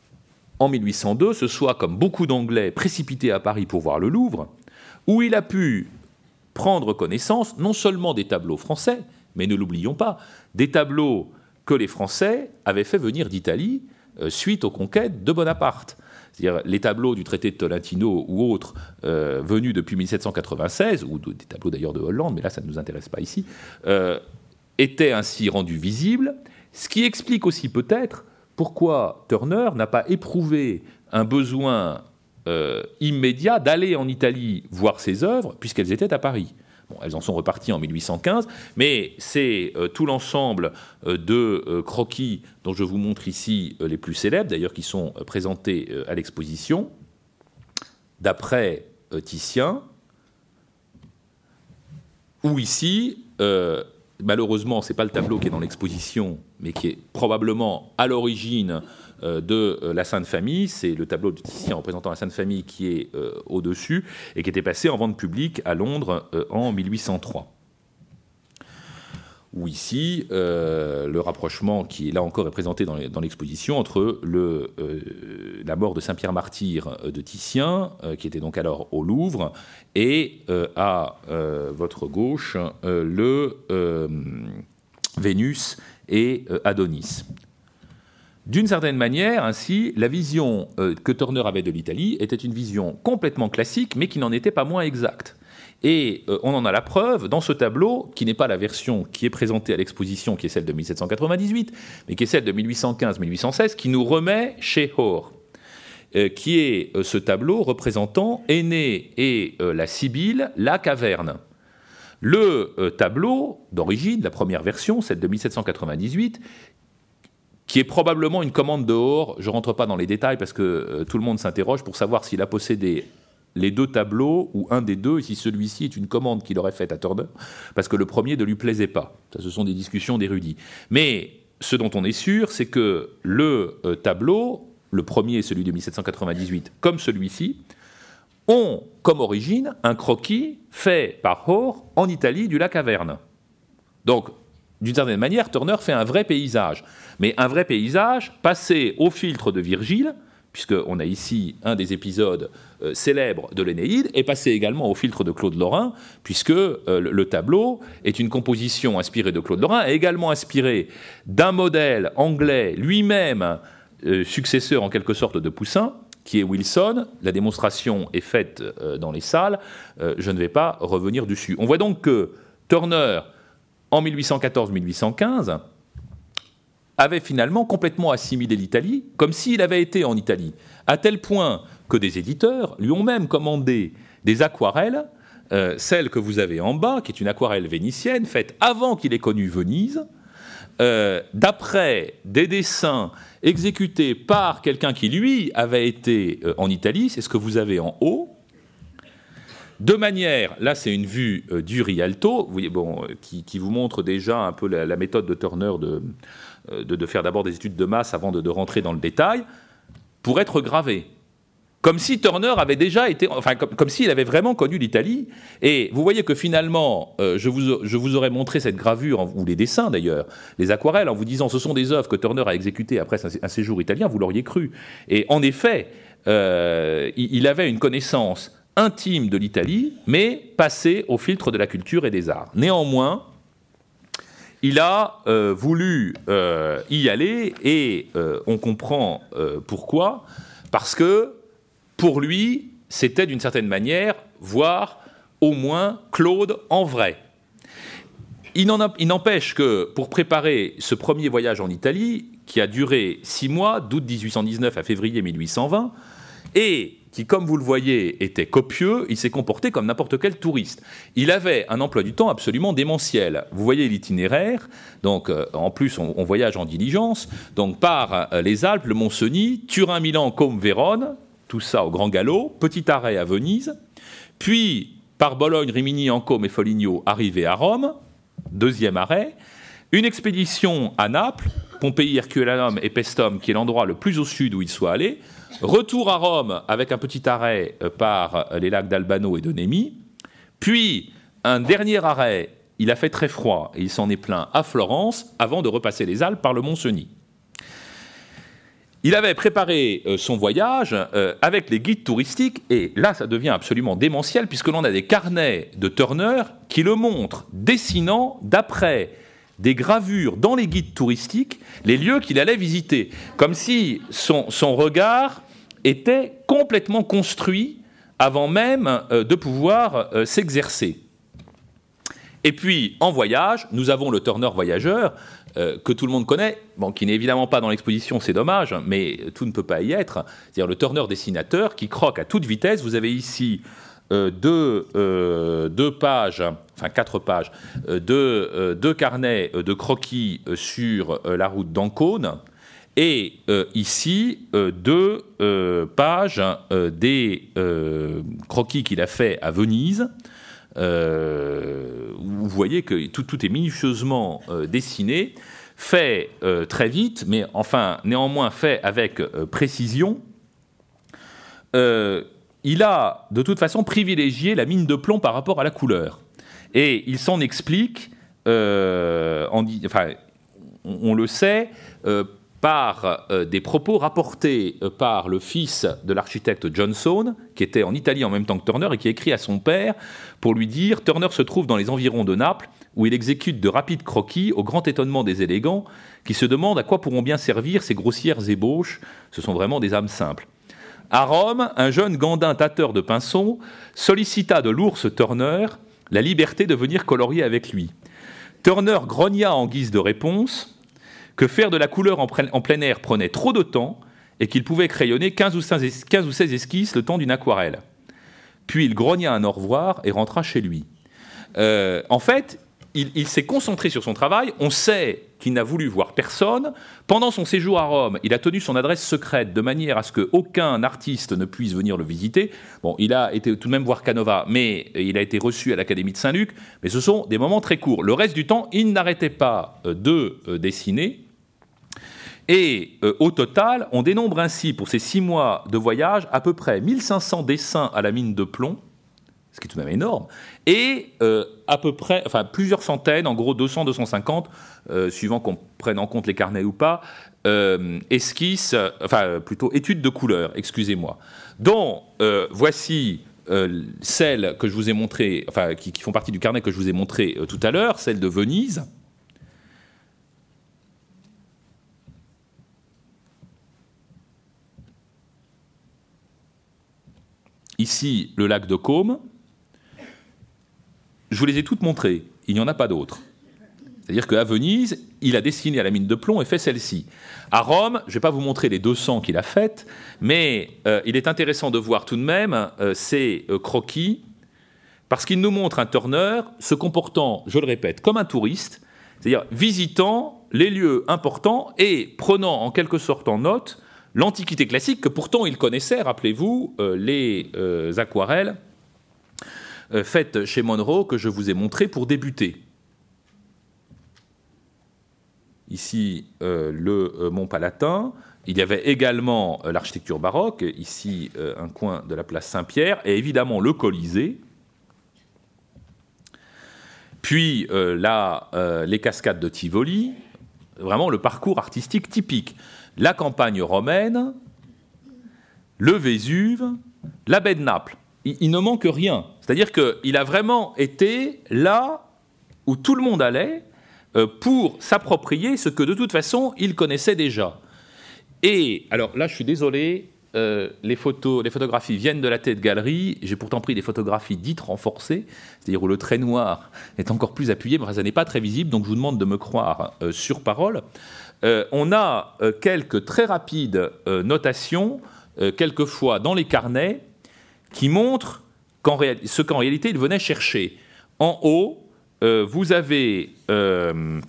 en mille huit cent deux, se soit, comme beaucoup d'Anglais, précipité à Paris pour voir le Louvre, où il a pu prendre connaissance non seulement des tableaux français, mais ne l'oublions pas, des tableaux que les Français avaient fait venir d'Italie euh, suite aux conquêtes de Bonaparte. C'est-à-dire les tableaux du traité de Tolentino ou autres euh, venus depuis mille sept cent quatre-vingt-seize, ou de, des tableaux d'ailleurs de Hollande, mais là ça ne nous intéresse pas ici, euh, étaient ainsi rendus visibles, ce qui explique aussi peut-être pourquoi Turner n'a pas éprouvé un besoin euh, immédiat d'aller en Italie voir ses œuvres, puisqu'elles étaient à Paris. Bon, elles en sont reparties en mille huit cent quinze, mais c'est euh, tout l'ensemble euh, de euh, croquis dont je vous montre ici euh, les plus célèbres, d'ailleurs qui sont euh, présentés euh, à l'exposition, d'après euh, Titien, où ici, euh, malheureusement, ce n'est pas le tableau qui est dans l'exposition, mais qui est probablement à l'origine euh, de euh, la Sainte Famille. C'est le tableau de Titien représentant la Sainte Famille qui est euh, au-dessus et qui était passé en vente publique à Londres euh, en mille huit cent trois. Ou ici, euh, le rapprochement qui, là encore, est présenté dans, dans l'exposition entre le, euh, la mort de Saint-Pierre Martyr de Titien, euh, qui était donc alors au Louvre, et euh, à euh, votre gauche, euh, le euh, Vénus et euh, Adonis. D'une certaine manière, ainsi, la vision euh, que Turner avait de l'Italie était une vision complètement classique, mais qui n'en était pas moins exacte. Et euh, on en a la preuve dans ce tableau, qui n'est pas la version qui est présentée à l'exposition, qui est celle de mille sept cent quatre-vingt-dix-huit, mais qui est celle de mille huit cent quinze mille huit cent seize, qui nous remet chez Hoare, euh, qui est euh, ce tableau représentant Énée et euh, la Sibylle, la caverne. Le euh, tableau d'origine, la première version, celle de mille sept cent quatre-vingt-dix-huit, qui est probablement une commande de Hoare, je ne rentre pas dans les détails parce que euh, tout le monde s'interroge pour savoir s'il a possédé les deux tableaux, ou un des deux, et si celui-ci est une commande qu'il aurait faite à Turner, parce que le premier ne lui plaisait pas. Ça, ce sont des discussions d'érudits. Mais ce dont on est sûr, c'est que le euh, tableau, le premier, celui de mille sept cent quatre-vingt-dix-huit, comme celui-ci, ont comme origine un croquis fait par Hoare en Italie du lac Averne. Donc, d'une certaine manière, Turner fait un vrai paysage. Mais un vrai paysage passé au filtre de Virgile, puisqu'on a ici un des épisodes euh, célèbres de l'Énéide, est passé également au filtre de Claude Lorrain, puisque euh, le, le tableau est une composition inspirée de Claude Lorrain, et également inspirée d'un modèle anglais, lui-même euh, successeur en quelque sorte de Poussin, qui est Wilson. La démonstration est faite euh, dans les salles, euh, je ne vais pas revenir dessus. On voit donc que Turner en mille huit cent quatorze mille huit cent quinze, avait finalement complètement assimilé l'Italie, comme s'il avait été en Italie, à tel point que des éditeurs lui ont même commandé des aquarelles, euh, celle que vous avez en bas, qui est une aquarelle vénitienne, faite avant qu'il ait connu Venise, euh, d'après des dessins exécutés par quelqu'un qui, lui, avait été euh, en Italie, c'est ce que vous avez en haut, de manière, là c'est une vue euh, du Rialto, vous voyez, bon, euh, qui, qui vous montre déjà un peu la, la méthode de Turner de, euh, de, de faire d'abord des études de masse avant de, de rentrer dans le détail, pour être gravé. Comme si Turner avait déjà été, enfin comme, comme s'il avait vraiment connu l'Italie. Et vous voyez que finalement, euh, je, vous, je vous aurais montré cette gravure, ou les dessins d'ailleurs, les aquarelles, en vous disant ce sont des œuvres que Turner a exécutées après un, un séjour italien, vous l'auriez cru. Et en effet, euh, il, il avait une connaissance intime de l'Italie, mais passée au filtre de la culture et des arts. Néanmoins, il a euh, voulu euh, y aller, et euh, on comprend euh, pourquoi, parce que pour lui, c'était d'une certaine manière voir au moins Claude en vrai. Il, n'en a, il n'empêche que pour préparer ce premier voyage en Italie, qui a duré six mois, d'août dix-huit cent dix-neuf à février mille huit cent vingt, et qui, comme vous le voyez, était copieux, il s'est comporté comme n'importe quel touriste. Il avait un emploi du temps absolument démentiel. Vous voyez l'itinéraire, donc euh, en plus on, on voyage en diligence, donc par euh, les Alpes, le Mont-Cenis, Turin, Milan, Côme, Vérone, tout ça au grand galop, petit arrêt à Venise, puis par Bologne, Rimini, Ancôme et Foligno, arrivé à Rome, deuxième arrêt, une expédition à Naples, Pompéi, Herculanum et Paestum, qui est l'endroit le plus au sud où il soit allé, retour à Rome avec un petit arrêt par les lacs d'Albano et de Nemi, puis un dernier arrêt, il a fait très froid et il s'en est plaint à Florence, avant de repasser les Alpes par le Mont-Cenis. Il avait préparé euh, son voyage euh, avec les guides touristiques, et là, ça devient absolument démentiel, puisque l'on a des carnets de Turner qui le montrent dessinant, d'après des gravures dans les guides touristiques, les lieux qu'il allait visiter, comme si son, son regard était complètement construit avant même euh, de pouvoir euh, s'exercer. Et puis, en voyage, nous avons le Turner voyageur, Euh, que tout le monde connaît, bon, qui n'est évidemment pas dans l'exposition, c'est dommage, mais tout ne peut pas y être, c'est-à-dire le Turner dessinateur qui croque à toute vitesse. Vous avez ici euh, deux, euh, deux pages, enfin quatre pages, euh, deux, euh, deux carnets de croquis euh, sur euh, la route d'Ancône, et euh, ici euh, deux euh, pages euh, des euh, croquis qu'il a fait à Venise. Euh, vous voyez que tout, tout est minutieusement euh, dessiné, fait euh, très vite, mais enfin néanmoins fait avec euh, précision. Euh, il a de toute façon privilégié la mine de plomb par rapport à la couleur, et il s'en explique, euh, en, enfin, on, on le sait, euh, par euh, des propos rapportés euh, par le fils de l'architecte Johnson, qui était en Italie en même temps que Turner et qui écrit à son père pour lui dire « Turner se trouve dans les environs de Naples, où il exécute de rapides croquis au grand étonnement des élégants, qui se demandent à quoi pourront bien servir ces grossières ébauches. Ce sont vraiment des âmes simples. » À Rome, un jeune gandin tâteur de pinceau sollicita de l'ours Turner la liberté de venir colorier avec lui. Turner grogna en guise de réponse que faire de la couleur en plein air prenait trop de temps et qu'il pouvait crayonner quinze ou seize esquisses le temps d'une aquarelle. Puis il grogna un au revoir et rentra chez lui. Euh, en fait, il, il s'est concentré sur son travail. On sait qu'il n'a voulu voir personne. Pendant son séjour à Rome, il a tenu son adresse secrète de manière à ce qu'aucun artiste ne puisse venir le visiter. Bon, il a été tout de même voir Canova, mais il a été reçu à l'Académie de Saint-Luc. Mais ce sont des moments très courts. Le reste du temps, il n'arrêtait pas de euh, dessiner. Et euh, au total, on dénombre ainsi pour ces six mois de voyage à peu près mille cinq cents dessins à la mine de plomb, ce qui est tout de même énorme, et euh, à peu près, enfin plusieurs centaines, en gros deux cents à deux cent cinquante, euh, suivant qu'on prenne en compte les carnets ou pas, euh, esquisses, enfin plutôt études de couleurs, excusez-moi, dont euh, voici euh, celles que je vous ai montrées, enfin qui, qui font partie du carnet que je vous ai montré euh, tout à l'heure, celle de Venise. Ici, le lac de Côme. Je vous les ai toutes montrées. Il n'y en a pas d'autres. C'est-à-dire qu'à Venise, il a dessiné à la mine de plomb et fait celle-ci. À Rome, je ne vais pas vous montrer les deux cents qu'il a faites, mais euh, il est intéressant de voir tout de même euh, ces euh, croquis, parce qu'il nous montre un Turner se comportant, je le répète, comme un touriste, c'est-à-dire visitant les lieux importants et prenant en quelque sorte en note l'Antiquité classique, que pourtant il connaissait, rappelez-vous, euh, les euh, aquarelles euh, faites chez Monroe que je vous ai montrées pour débuter. Ici, euh, le euh, Mont Palatin. Il y avait également euh, l'architecture baroque, ici euh, un coin de la place Saint-Pierre, et évidemment le Colisée. Puis euh, là, euh, les cascades de Tivoli, vraiment le parcours artistique typique. La campagne romaine, le Vésuve, la baie de Naples. Il, il ne manque rien. C'est-à-dire qu'il a vraiment été là où tout le monde allait, pour s'approprier ce que de toute façon il connaissait déjà. Et alors là je suis désolé, euh, les photos, les photographies viennent de la tête galerie, j'ai pourtant pris des photographies dites renforcées, c'est-à-dire où le trait noir est encore plus appuyé, mais ça n'est pas très visible, donc je vous demande de me croire euh, sur parole. Euh, on a euh, quelques très rapides euh, notations, euh, quelquefois dans les carnets, qui montrent qu'en réa- ce qu'en réalité il venait chercher. En haut, Euh, vous avez euh,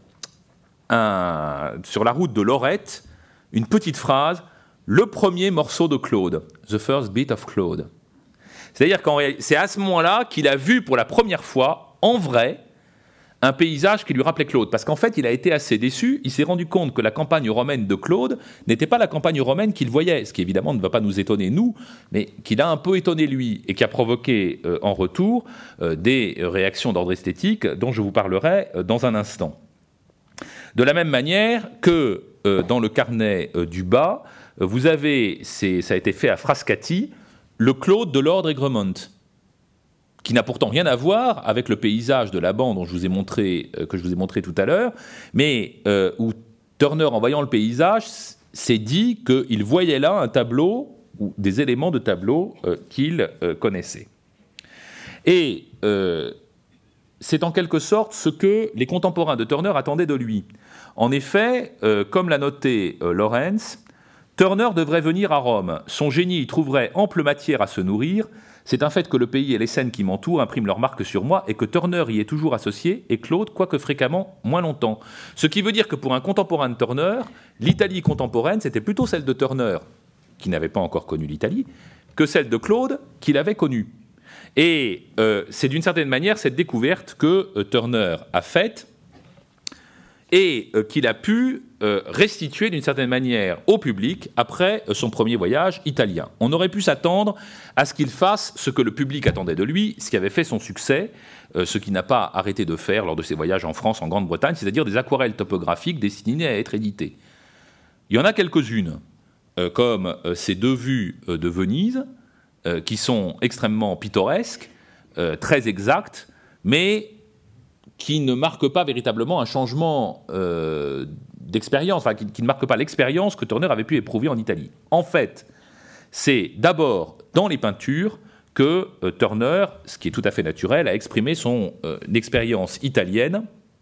un, sur la route de Lorette une petite phrase, le premier morceau de Claude, the first bit of Claude. C'est-à-dire que c'est à ce moment-là qu'il a vu pour la première fois, en vrai, un paysage qui lui rappelait Claude. Parce qu'en fait, il a été assez déçu, il s'est rendu compte que la campagne romaine de Claude n'était pas la campagne romaine qu'il voyait, ce qui évidemment ne va pas nous étonner, nous, mais qui l'a un peu étonné lui, et qui a provoqué euh, en retour euh, des réactions d'ordre esthétique dont je vous parlerai euh, dans un instant. De la même manière que euh, dans le carnet euh, du bas, euh, vous avez, c'est, ça a été fait à Frascati, le Claude de Lord Egremont, qui n'a pourtant rien à voir avec le paysage de la bande dont je vous ai montré, euh, que je vous ai montré tout à l'heure, mais euh, où Turner, en voyant le paysage, s'est dit qu'il voyait là un tableau, ou des éléments de tableau euh, qu'il euh, connaissait. Et euh, c'est en quelque sorte ce que les contemporains de Turner attendaient de lui. En effet, euh, comme l'a noté euh, Lawrence, Turner devrait venir à Rome. Son génie y trouverait ample matière à se nourrir. C'est un fait que le pays et les scènes qui m'entourent impriment leur marque sur moi et que Turner y est toujours associé, et Claude, quoique fréquemment, moins longtemps. Ce qui veut dire que pour un contemporain de Turner, l'Italie contemporaine, c'était plutôt celle de Turner, qui n'avait pas encore connu l'Italie, que celle de Claude, qu'il avait connue. Et euh, c'est d'une certaine manière cette découverte que euh, Turner a faite et euh, qu'il a pu euh, restituer d'une certaine manière au public après euh, son premier voyage italien. On aurait pu s'attendre à ce qu'il fasse ce que le public attendait de lui, ce qui avait fait son succès, euh, ce qu'il n'a pas arrêté de faire lors de ses voyages en France, en Grande-Bretagne, c'est-à-dire des aquarelles topographiques destinées à être éditées. Il y en a quelques-unes, euh, comme euh, ces deux vues euh, de Venise, euh, qui sont extrêmement pittoresques, euh, très exactes, mais qui ne marque pas véritablement un changement euh, d'expérience, enfin, qui, qui ne marque pas l'expérience que Turner avait pu éprouver en Italie. En fait, c'est d'abord dans les peintures que euh, Turner, ce qui est tout à fait naturel, a exprimé son euh, expérience italienne,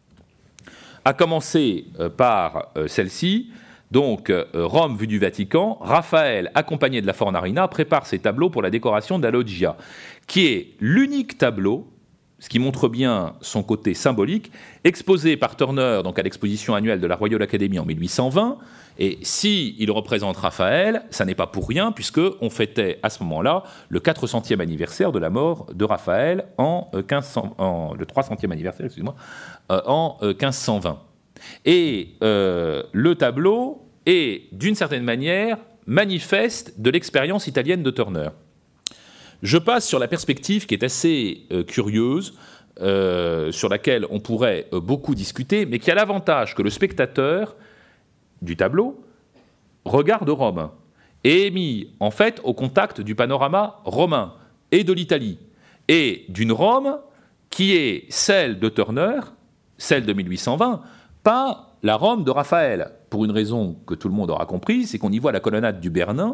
à commencer euh, par euh, celle-ci. Donc, euh, Rome vue du Vatican, Raphaël, accompagné de la Fornarina, prépare ses tableaux pour la décoration de la loggia, qui est l'unique tableau, ce qui montre bien son côté symbolique, exposé par Turner donc à l'exposition annuelle de la Royal Academy en mille huit cent vingt. Et s'il représente Raphaël, ça n'est pas pour rien, puisqu'on fêtait à ce moment-là le quatre centième anniversaire de la mort de Raphaël, en, quinze cents, en le trois centième anniversaire, excusez-moi, en quinze cent vingt. Et euh, le tableau est, d'une certaine manière, manifeste de l'expérience italienne de Turner. Je passe sur la perspective qui est assez euh, curieuse, euh, sur laquelle on pourrait euh, beaucoup discuter, mais qui a l'avantage que le spectateur du tableau regarde Rome et est mis en fait au contact du panorama romain et de l'Italie, et d'une Rome qui est celle de Turner, celle de mille huit cent vingt, pas la Rome de Raphaël, pour une raison que tout le monde aura compris, c'est qu'on y voit la colonnade du Bernin,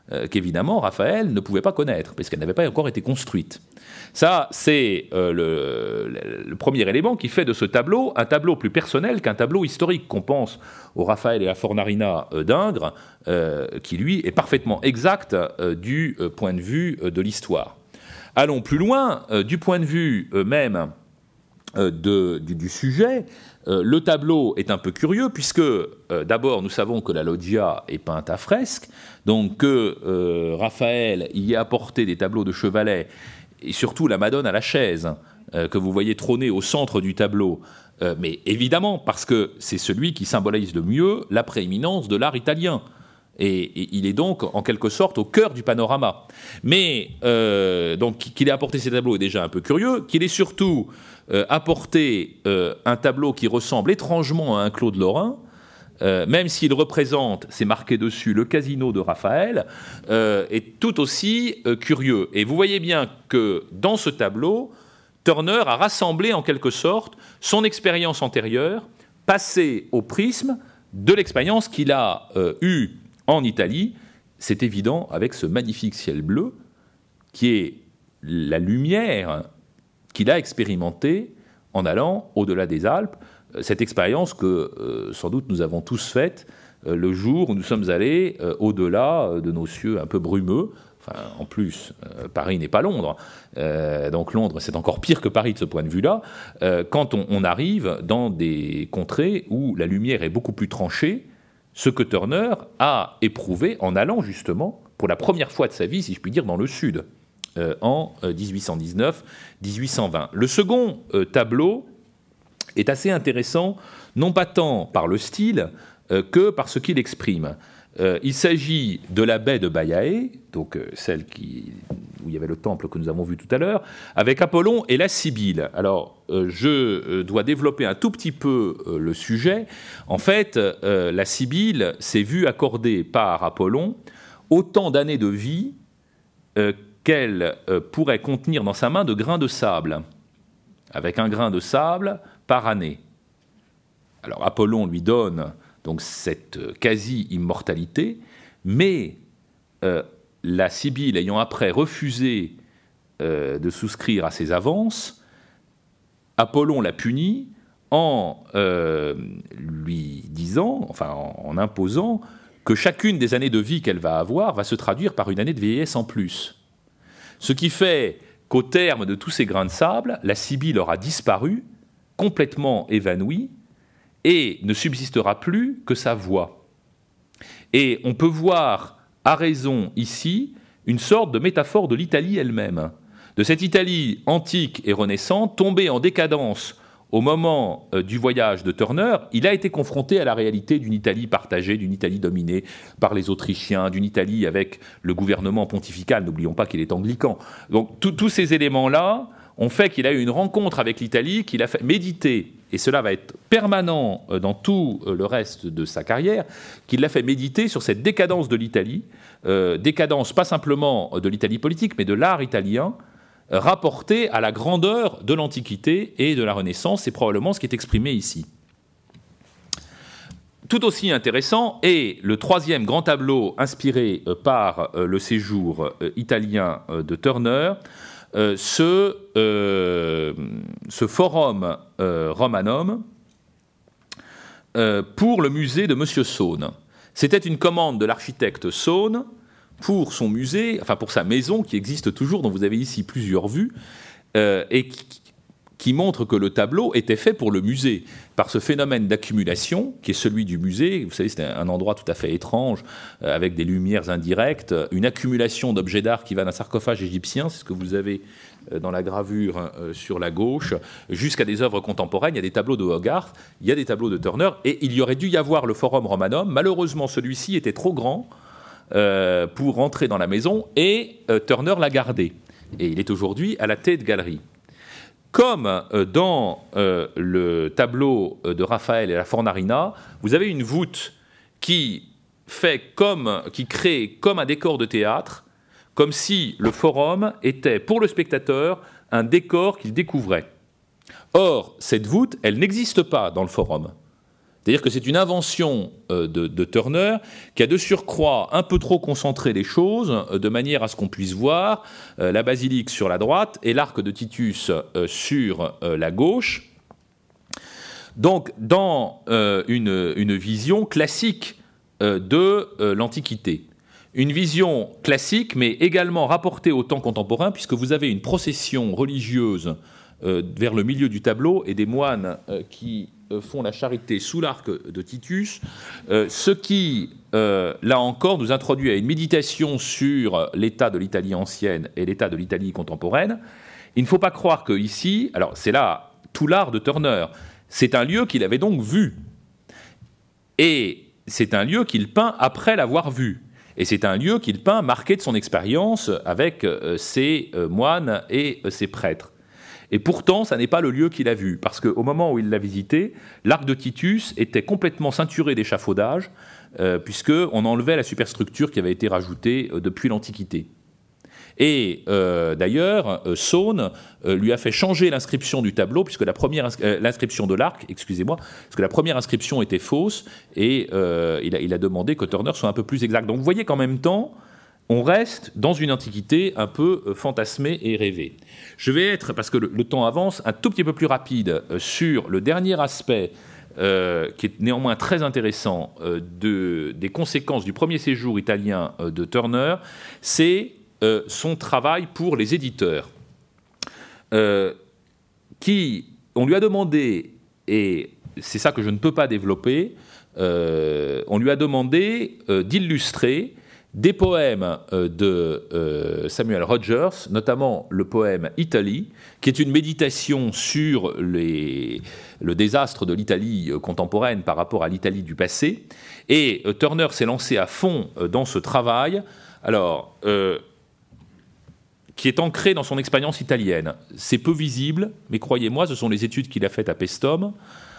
euh, qu'évidemment Raphaël ne pouvait pas connaître, parce qu'elle n'avait pas encore été construite. Ça, c'est euh, le, le, le premier élément qui fait de ce tableau un tableau plus personnel qu'un tableau historique. Qu'on pense au Raphaël et la Fornarina euh, d'Ingres, euh, qui lui est parfaitement exact euh, du euh, point de vue euh, de l'histoire. Allons plus loin, euh, du point de vue euh, même euh, de, du, du sujet. Euh, le tableau est un peu curieux puisque, euh, d'abord, nous savons que la loggia est peinte à fresque, donc que euh, Raphaël y a apporté des tableaux de chevalet, et surtout la Madone à la chaise, euh, que vous voyez trôner au centre du tableau, euh, mais évidemment parce que c'est celui qui symbolise le mieux la prééminence de l'art italien. Et, et il est donc en quelque sorte au cœur du panorama. Mais euh, donc qu'il ait apporté ces tableaux est déjà un peu curieux, qu'il ait surtout euh, apporté euh, un tableau qui ressemble étrangement à un Claude Lorrain, euh, même s'il représente, c'est marqué dessus, le casino de Raphaël, euh, est tout aussi euh, curieux. Et vous voyez bien que dans ce tableau, Turner a rassemblé en quelque sorte son expérience antérieure, passée au prisme de l'expérience qu'il a euh, eue en Italie. C'est évident avec ce magnifique ciel bleu qui est la lumière qu'il a expérimentée en allant au-delà des Alpes, cette expérience que euh, sans doute nous avons tous faite euh, le jour où nous sommes allés euh, au-delà de nos cieux un peu brumeux. Enfin, en plus, euh, Paris n'est pas Londres, euh, donc Londres c'est encore pire que Paris de ce point de vue-là, euh, quand on, on arrive dans des contrées où la lumière est beaucoup plus tranchée, ce que Turner a éprouvé en allant justement, pour la première fois de sa vie, si je puis dire, dans le Sud, euh, en dix-huit cent dix-neuf dix-huit cent vingt. Le second euh, tableau est assez intéressant, non pas tant par le style euh, que par ce qu'il exprime. Euh, il s'agit de la baie de Baiae, donc euh, celle qui, où il y avait le temple que nous avons vu tout à l'heure, avec Apollon et la Sibylle. Alors, euh, je euh, dois développer un tout petit peu euh, le sujet. En fait, euh, la Sibylle s'est vue accorder par Apollon autant d'années de vie euh, qu'elle euh, pourrait contenir dans sa main de grains de sable, avec un grain de sable par année. Alors, Apollon lui donne donc cette quasi-immortalité, mais euh, la Sibylle ayant après refusé euh, de souscrire à ses avances, Apollon la punit en euh, lui disant, enfin en, en imposant, que chacune des années de vie qu'elle va avoir va se traduire par une année de vieillesse en plus. Ce qui fait qu'au terme de tous ces grains de sable, la Sibylle aura disparu, complètement évanouie, et ne subsistera plus que sa voix. Et on peut voir, à raison ici, une sorte de métaphore de l'Italie elle-même, de cette Italie antique et renaissante, tombée en décadence au moment euh, du voyage de Turner. Il a été confronté à la réalité d'une Italie partagée, d'une Italie dominée par les Autrichiens, d'une Italie avec le gouvernement pontifical, n'oublions pas qu'il est anglican. Donc tous ces éléments-là ont fait qu'il a eu une rencontre avec l'Italie, qu'il a fait méditer, et cela va être permanent dans tout le reste de sa carrière, qu'il l'a fait méditer sur cette décadence de l'Italie, euh, décadence pas simplement de l'Italie politique, mais de l'art italien, euh, rapporté à la grandeur de l'Antiquité et de la Renaissance. C'est probablement ce qui est exprimé ici. Tout aussi intéressant est le troisième grand tableau inspiré euh, par euh, le séjour euh, italien euh, de Turner, Euh, ce, euh, ce forum euh, romanum euh, pour le musée de Monsieur Saune. C'était une commande de l'architecte Saune pour son musée, enfin pour sa maison qui existe toujours, dont vous avez ici plusieurs vues, euh, et qui, qui montre que le tableau était fait pour le musée, par ce phénomène d'accumulation qui est celui du musée. Vous savez, c'est un endroit tout à fait étrange, euh, avec des lumières indirectes, une accumulation d'objets d'art qui va d'un sarcophage égyptien, c'est ce que vous avez euh, dans la gravure euh, sur la gauche, jusqu'à des œuvres contemporaines. Il y a des tableaux de Hogarth, il y a des tableaux de Turner, et il y aurait dû y avoir le Forum Romanum. Malheureusement, celui-ci était trop grand euh, pour rentrer dans la maison, et euh, Turner l'a gardé. Et il est aujourd'hui à la Tate Gallery. Comme dans euh, le tableau de Raphaël et la Fornarina, vous avez une voûte qui fait comme, qui crée comme un décor de théâtre, comme si le forum était pour le spectateur un décor qu'il découvrait. Or, cette voûte, elle n'existe pas dans le forum. C'est-à-dire que c'est une invention euh, de, de Turner qui a de surcroît un peu trop concentré les choses euh, de manière à ce qu'on puisse voir euh, la basilique sur la droite et l'arc de Titus euh, sur euh, la gauche. Donc dans euh, une, une vision classique euh, de euh, l'Antiquité. Une vision classique mais également rapportée au temps contemporain puisque vous avez une procession religieuse euh, vers le milieu du tableau et des moines euh, qui font la charité sous l'arc de Titus, euh, ce qui, euh, là encore, nous introduit à une méditation sur l'état de l'Italie ancienne et l'état de l'Italie contemporaine. Il ne faut pas croire que ici, alors c'est là tout l'art de Turner, c'est un lieu qu'il avait donc vu. Et c'est un lieu qu'il peint après l'avoir vu. Et c'est un lieu qu'il peint marqué de son expérience avec euh, ses euh, moines et euh, ses prêtres. Et pourtant, ça n'est pas le lieu qu'il a vu, parce qu'au moment où il l'a visité, l'arc de Titus était complètement ceinturé d'échafaudage, euh, puisqu'on enlevait la superstructure qui avait été rajoutée euh, depuis l'Antiquité. Et euh, d'ailleurs, euh, Saune euh, lui a fait changer l'inscription du tableau, puisque la première ins- euh, l'inscription de l'arc, excusez-moi, parce que la première inscription était fausse, et euh, il, a, il a demandé que Turner soit un peu plus exact. Donc vous voyez qu'en même temps, on reste dans une antiquité un peu fantasmée et rêvée. Je vais être, parce que le, le temps avance, un tout petit peu plus rapide euh, sur le dernier aspect euh, qui est néanmoins très intéressant euh, de, des conséquences du premier séjour italien euh, de Turner, c'est euh, son travail pour les éditeurs. Euh, qui, on lui a demandé, et c'est ça que je ne peux pas développer, euh, on lui a demandé euh, d'illustrer des poèmes euh, de euh, Samuel Rogers, notamment le poème « Italie », qui est une méditation sur les, le désastre de l'Italie euh, contemporaine par rapport à l'Italie du passé. Et euh, Turner s'est lancé à fond euh, dans ce travail, alors, euh, qui est ancré dans son expérience italienne. C'est peu visible, mais croyez-moi, ce sont les études qu'il a faites à Paestum,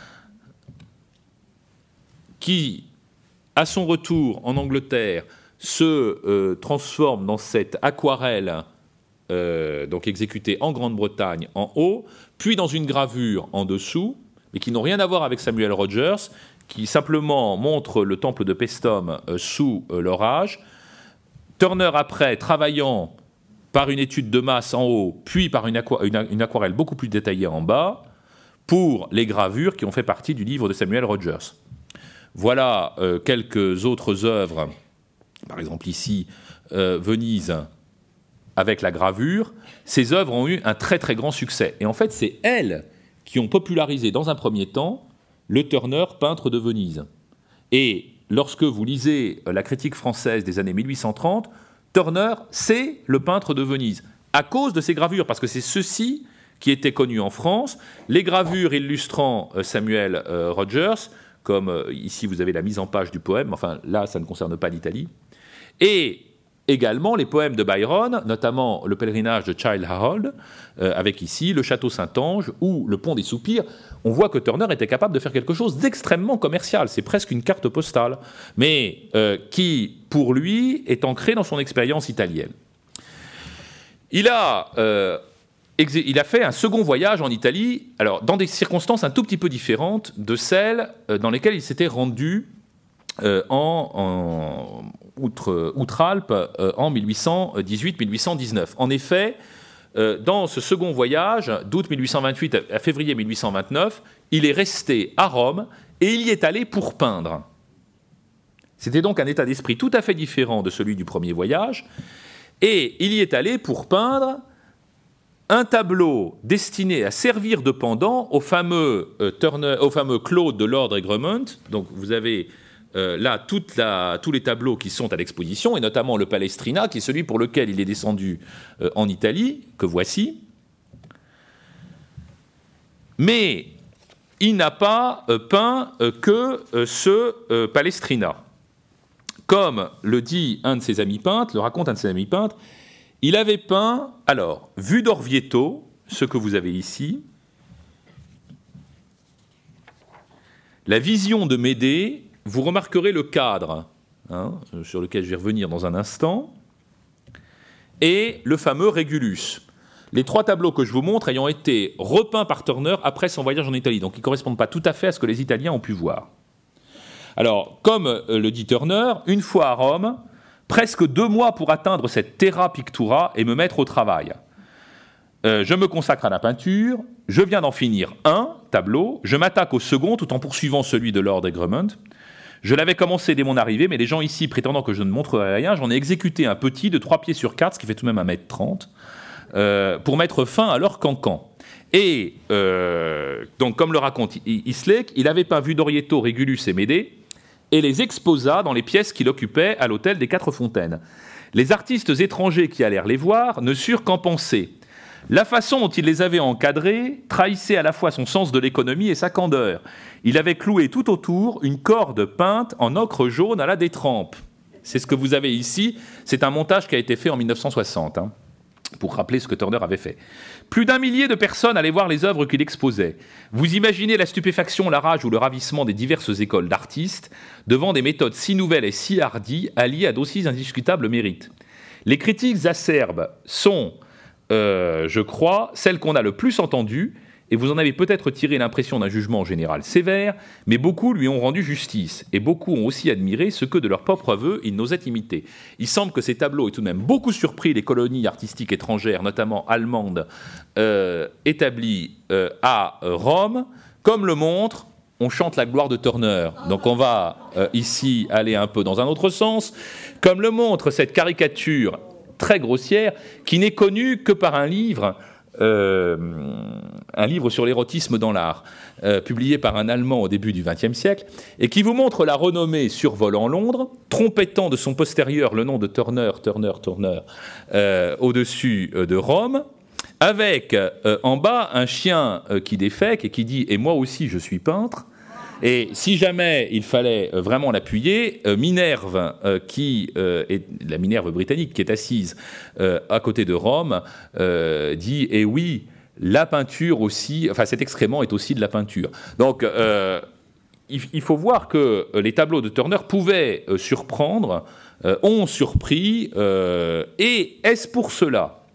qui, à son retour en Angleterre, se euh, transforme dans cette aquarelle euh, donc exécutée en Grande-Bretagne en haut, puis dans une gravure en dessous, mais qui n'ont rien à voir avec Samuel Rogers, qui simplement montre le temple de Paestum euh, sous euh, l'orage. Turner, après, travaillant par une étude de masse en haut, puis par une, aqua- une, une aquarelle beaucoup plus détaillée en bas, pour les gravures qui ont fait partie du livre de Samuel Rogers. Voilà euh, quelques autres œuvres. Par exemple ici, euh, Venise avec la gravure, ces œuvres ont eu un très très grand succès. Et en fait, c'est elles qui ont popularisé dans un premier temps le Turner peintre de Venise. Et lorsque vous lisez la critique française des années mille huit cent trente, Turner, c'est le peintre de Venise, à cause de ces gravures, parce que c'est ceci qui était connu en France. Les gravures illustrant euh, Samuel euh, Rogers, comme euh, ici vous avez la mise en page du poème, enfin là ça ne concerne pas l'Italie, et également les poèmes de Byron, notamment le pèlerinage de Childe Harold, euh, avec ici le château Saint-Ange ou le pont des Soupirs. On voit que Turner était capable de faire quelque chose d'extrêmement commercial, c'est presque une carte postale, mais euh, qui, pour lui, est ancré dans son expérience italienne. Il a, euh, ex- il a fait un second voyage en Italie, alors dans des circonstances un tout petit peu différentes de celles euh, dans lesquelles il s'était rendu euh, en... en Outre, Outre-Alpes euh, en mille huit cent dix-huit mille huit cent dix-neuf. En effet, euh, dans ce second voyage, d'août mille huit cent vingt-huit à février mille huit cent vingt-neuf, il est resté à Rome et il y est allé pour peindre. C'était donc un état d'esprit tout à fait différent de celui du premier voyage, et il y est allé pour peindre un tableau destiné à servir de pendant au fameux, euh, Turner, au fameux Claude de Lord Egremont. Donc vous avez Euh, là, toute la, tous les tableaux qui sont à l'exposition, et notamment le Palestrina, qui est celui pour lequel il est descendu euh, en Italie, que voici. Mais il n'a pas euh, peint euh, que euh, ce euh, Palestrina. Comme le dit un de ses amis peintres, le raconte un de ses amis peintres, il avait peint, alors, vue d'Orvieto, ce que vous avez ici, la vision de Médée. Vous remarquerez le cadre, hein, sur lequel je vais revenir dans un instant, et le fameux Régulus. Les trois tableaux que je vous montre ayant été repeints par Turner après son voyage en Italie, donc ils ne correspondent pas tout à fait à ce que les Italiens ont pu voir. Alors, comme euh, le dit Turner, une fois à Rome, presque deux mois pour atteindre cette terra pictura et me mettre au travail. Euh, je me consacre à la peinture, je viens d'en finir un tableau, je m'attaque au second tout en poursuivant celui de Lord Egremont. Je l'avais commencé dès mon arrivée, mais les gens ici prétendant que je ne montrerai rien, j'en ai exécuté un petit de trois pieds sur quatre, ce qui fait tout de même un mètre trente, euh, pour mettre fin à leur cancan. Et euh, donc, comme le raconte Eastlake, il avait peint Vudorieto, Régulus et Médée, et les exposa dans les pièces qu'il occupait à l'hôtel des Quatre Fontaines. Les artistes étrangers qui allèrent les voir ne surent qu'en penser. La façon dont il les avait encadrés trahissait à la fois son sens de l'économie et sa candeur. Il avait cloué tout autour une corde peinte en ocre jaune à la détrempe. C'est ce que vous avez ici. C'est un montage qui a été fait en dix-neuf cent soixante, hein, pour rappeler ce que Turner avait fait. Plus d'un millier de personnes allaient voir les œuvres qu'il exposait. Vous imaginez la stupéfaction, la rage ou le ravissement des diverses écoles d'artistes devant des méthodes si nouvelles et si hardies, alliées à d'aussi indiscutables mérites. Les critiques acerbes sont... Euh, je crois, celle qu'on a le plus entendue, et vous en avez peut-être tiré l'impression d'un jugement général sévère, mais beaucoup lui ont rendu justice, et beaucoup ont aussi admiré ce que, de leur propre aveu, ils n'osaient imiter. Il semble que ces tableaux aient tout de même beaucoup surpris les colonies artistiques étrangères, notamment allemandes, euh, établies euh, à Rome, comme le montre... On chante la gloire de Turner, donc on va euh, ici aller un peu dans un autre sens, comme le montre cette caricature très grossière, qui n'est connue que par un livre, euh, un livre sur l'érotisme dans l'art, euh, publié par un Allemand au début du vingtième siècle, et qui vous montre la renommée survolant Londres, trompettant de son postérieur le nom de Turner, Turner, Turner, euh, au-dessus euh, de Rome, avec euh, en bas un chien euh, qui défèque et qui dit « Et moi aussi je suis peintre ». Et si jamais il fallait vraiment l'appuyer, euh, Minerve, euh, qui euh, est la Minerve britannique, qui est assise euh, à côté de Rome, euh, dit eh oui, la peinture aussi, enfin cet excrément est aussi de la peinture. Donc euh, il, il faut voir que les tableaux de Turner pouvaient euh, surprendre, euh, ont surpris, euh, et est-ce pour cela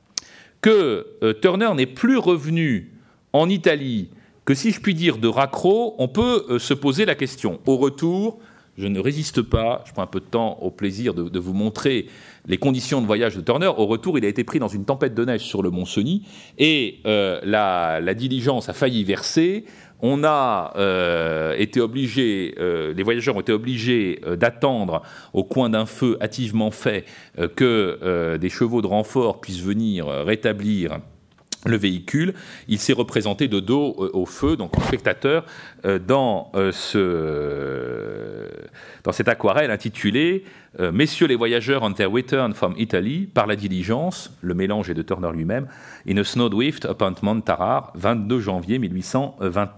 que euh, Turner n'est plus revenu en Italie que, si je puis dire, de raccro, on peut euh, se poser la question. Au retour, je ne résiste pas, je prends un peu de temps au plaisir de, de vous montrer les conditions de voyage de Turner. Au retour, il a été pris dans une tempête de neige sur le mont Cenis, et euh, la, la diligence a failli verser. On a euh, été obligé, euh, les voyageurs ont été obligés euh, d'attendre au coin d'un feu hâtivement fait euh, que euh, des chevaux de renfort puissent venir euh, rétablir le véhicule. Il s'est représenté de dos euh, au feu, donc en spectateur, euh, dans, euh, ce, euh, dans cette aquarelle intitulée euh, « Messieurs les voyageurs on their return from Italy, par la diligence », le mélange est de Turner lui-même, « in a snowdrift upon Mount Tarare, vingt-deux janvier mille huit cent vingt-neuf ».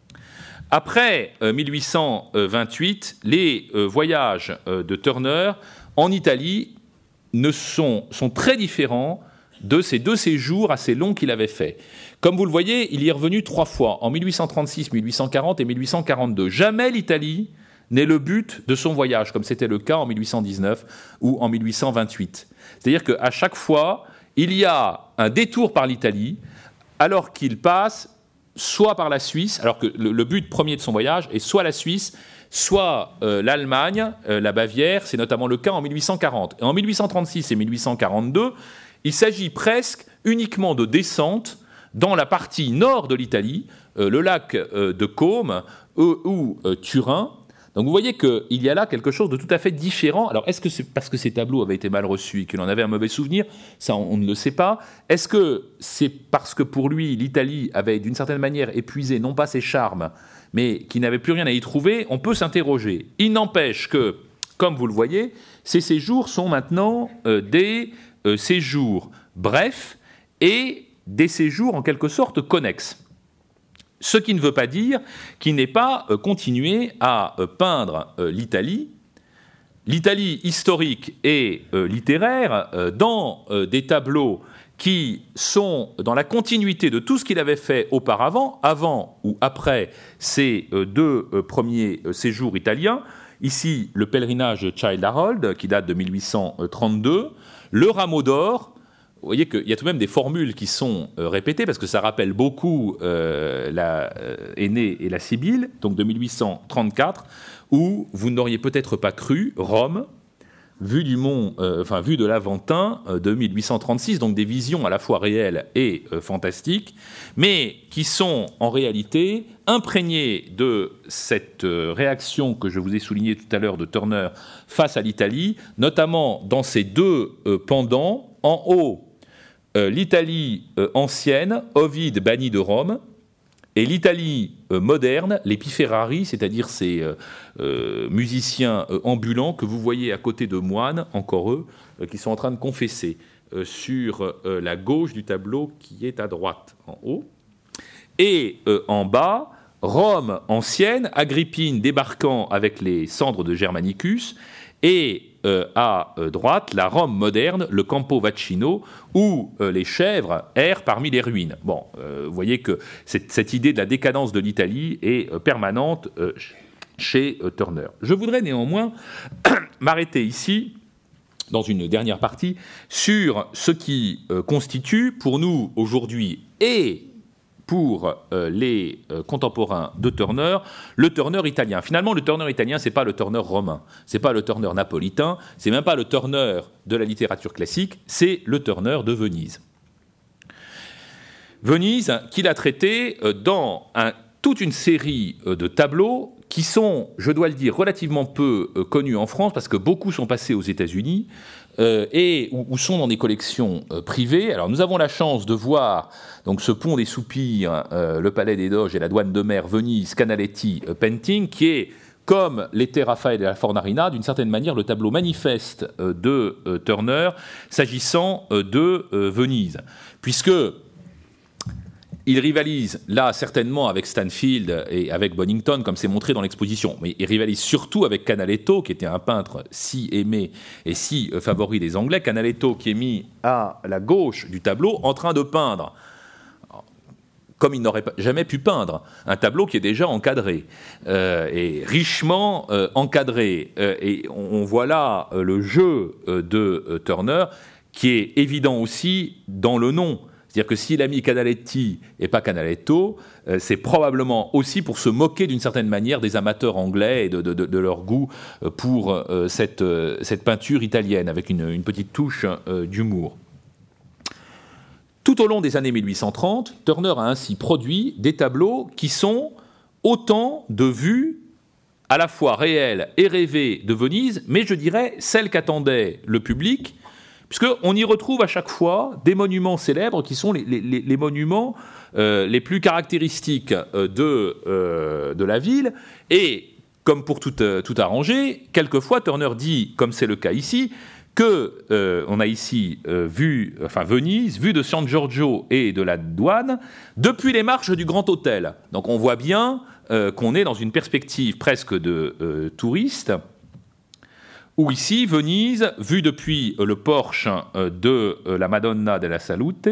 Après euh, mille huit cent vingt-huit, les euh, voyages euh, de Turner en Italie ne sont, sont très différents de ces deux séjours assez longs qu'il avait faits. Comme vous le voyez, il y est revenu trois fois, en mille huit cent trente-six, mille huit cent quarante et mille huit cent quarante-deux. Jamais l'Italie n'est le but de son voyage, comme c'était le cas en mille huit cent dix-neuf ou en mille huit cent vingt-huit. C'est-à-dire qu'à chaque fois, il y a un détour par l'Italie, alors qu'il passe soit par la Suisse, alors que le, le but premier de son voyage est soit la Suisse, soit euh, l'Allemagne, euh, la Bavière. C'est notamment le cas en mille huit cent quarante. Et en mille huit cent trente-six et mille huit cent quarante-deux, il s'agit presque uniquement de descente dans la partie nord de l'Italie, euh, le lac euh, de Côme euh, ou euh, Turin. Donc vous voyez qu'il y a là quelque chose de tout à fait différent. Alors est-ce que c'est parce que ces tableaux avaient été mal reçus et qu'il en avait un mauvais souvenir ? Ça, on, on ne le sait pas. Est-ce que c'est parce que pour lui, l'Italie avait d'une certaine manière épuisé non pas ses charmes, mais qu'il n'avait plus rien à y trouver ? On peut s'interroger. Il n'empêche que, comme vous le voyez, ces séjours sont maintenant euh, des... Euh, séjours brefs et des séjours en quelque sorte connexes. Ce qui ne veut pas dire qu'il n'ait pas euh, continué à euh, peindre euh, l'Italie, l'Italie historique et euh, littéraire, euh, dans euh, des tableaux qui sont dans la continuité de tout ce qu'il avait fait auparavant, avant ou après ces euh, deux euh, premiers euh, séjours italiens. Ici, le pèlerinage de Childe Harold, qui date de mille huit cent trente-deux, le Rameau d'or, voyez qu'il y a tout de même des formules qui sont euh, répétées, parce que ça rappelle beaucoup euh, la euh, Énée et la Sibylle, donc de mille huit cent trente-quatre, où vous n'auriez peut-être pas cru, Rome, vue du mont, euh, enfin vue de l'Aventin euh, de mille huit cent trente-six, donc des visions à la fois réelles et euh, fantastiques, mais qui sont en réalité imprégnées de cette euh, réaction que je vous ai soulignée tout à l'heure de Turner face à l'Italie, notamment dans ces deux euh, pendants. En haut, euh, l'Italie euh, ancienne, Ovide banni de Rome, et l'Italie euh, moderne, les Piferari, c'est-à-dire ces euh, euh, musiciens euh, ambulants que vous voyez à côté de moines, encore eux, euh, qui sont en train de confesser euh, sur euh, la gauche du tableau qui est à droite, en haut. Et euh, en bas, Rome ancienne, Agrippine débarquant avec les cendres de Germanicus, et euh, à euh, droite, la Rome moderne, le Campo Vaccino, où euh, les chèvres errent parmi les ruines. Bon, euh, vous voyez que cette, cette idée de la décadence de l'Italie est euh, permanente euh, chez euh, Turner. Je voudrais néanmoins m'arrêter ici, dans une dernière partie, sur ce qui euh, constitue pour nous aujourd'hui et pour euh, les euh, contemporains de Turner, le Turner italien. Finalement, le Turner italien, c'est pas le Turner romain, c'est pas le Turner napolitain, c'est même pas le Turner de la littérature classique, c'est le Turner de Venise. Venise, qu'il a traité euh, dans un, toute une série euh, de tableaux qui sont, je dois le dire, relativement peu euh, connus en France, parce que beaucoup sont passés aux États-Unis, Euh, et ou, ou sont dans des collections euh, privées. Alors nous avons la chance de voir donc ce pont des soupirs, euh, le palais des Doges et la douane de mer Venise Canaletti euh, Painting, qui est, comme l'était Raphaël et la Fornarina, d'une certaine manière le tableau manifeste euh, de euh, Turner s'agissant euh, de euh, Venise, puisque il rivalise là certainement avec Stanfield et avec Bonington, comme c'est montré dans l'exposition, mais il rivalise surtout avec Canaletto, qui était un peintre si aimé et si euh, favori des Anglais. Canaletto qui est mis à la gauche du tableau en train de peindre, comme il n'aurait jamais pu peindre, un tableau qui est déjà encadré, euh, et richement euh, encadré. Euh, et on, on voit là euh, le jeu euh, de euh, Turner, qui est évident aussi dans le nom. C'est-à-dire que s'il a mis Canaletti et pas Canaletto, euh, c'est probablement aussi pour se moquer d'une certaine manière des amateurs anglais et de, de, de leur goût pour euh, cette, euh, cette peinture italienne, avec une, une petite touche euh, d'humour. Tout au long des années mille huit cent trente, Turner a ainsi produit des tableaux qui sont autant de vues à la fois réelles et rêvées de Venise, mais je dirais celles qu'attendait le public, puisqu'on y retrouve à chaque fois des monuments célèbres qui sont les, les, les monuments euh, les plus caractéristiques euh, de, euh, de la ville. Et comme pour tout, euh, tout arranger, quelquefois Turner dit, comme c'est le cas ici, que euh, on a ici euh, vu, enfin Venise, vue de San Giorgio et de la douane, depuis les marches du Grand Hôtel. Donc on voit bien euh, qu'on est dans une perspective presque de euh, touriste. Ou ici, Venise, vue depuis le porche de la Madonna della Salute,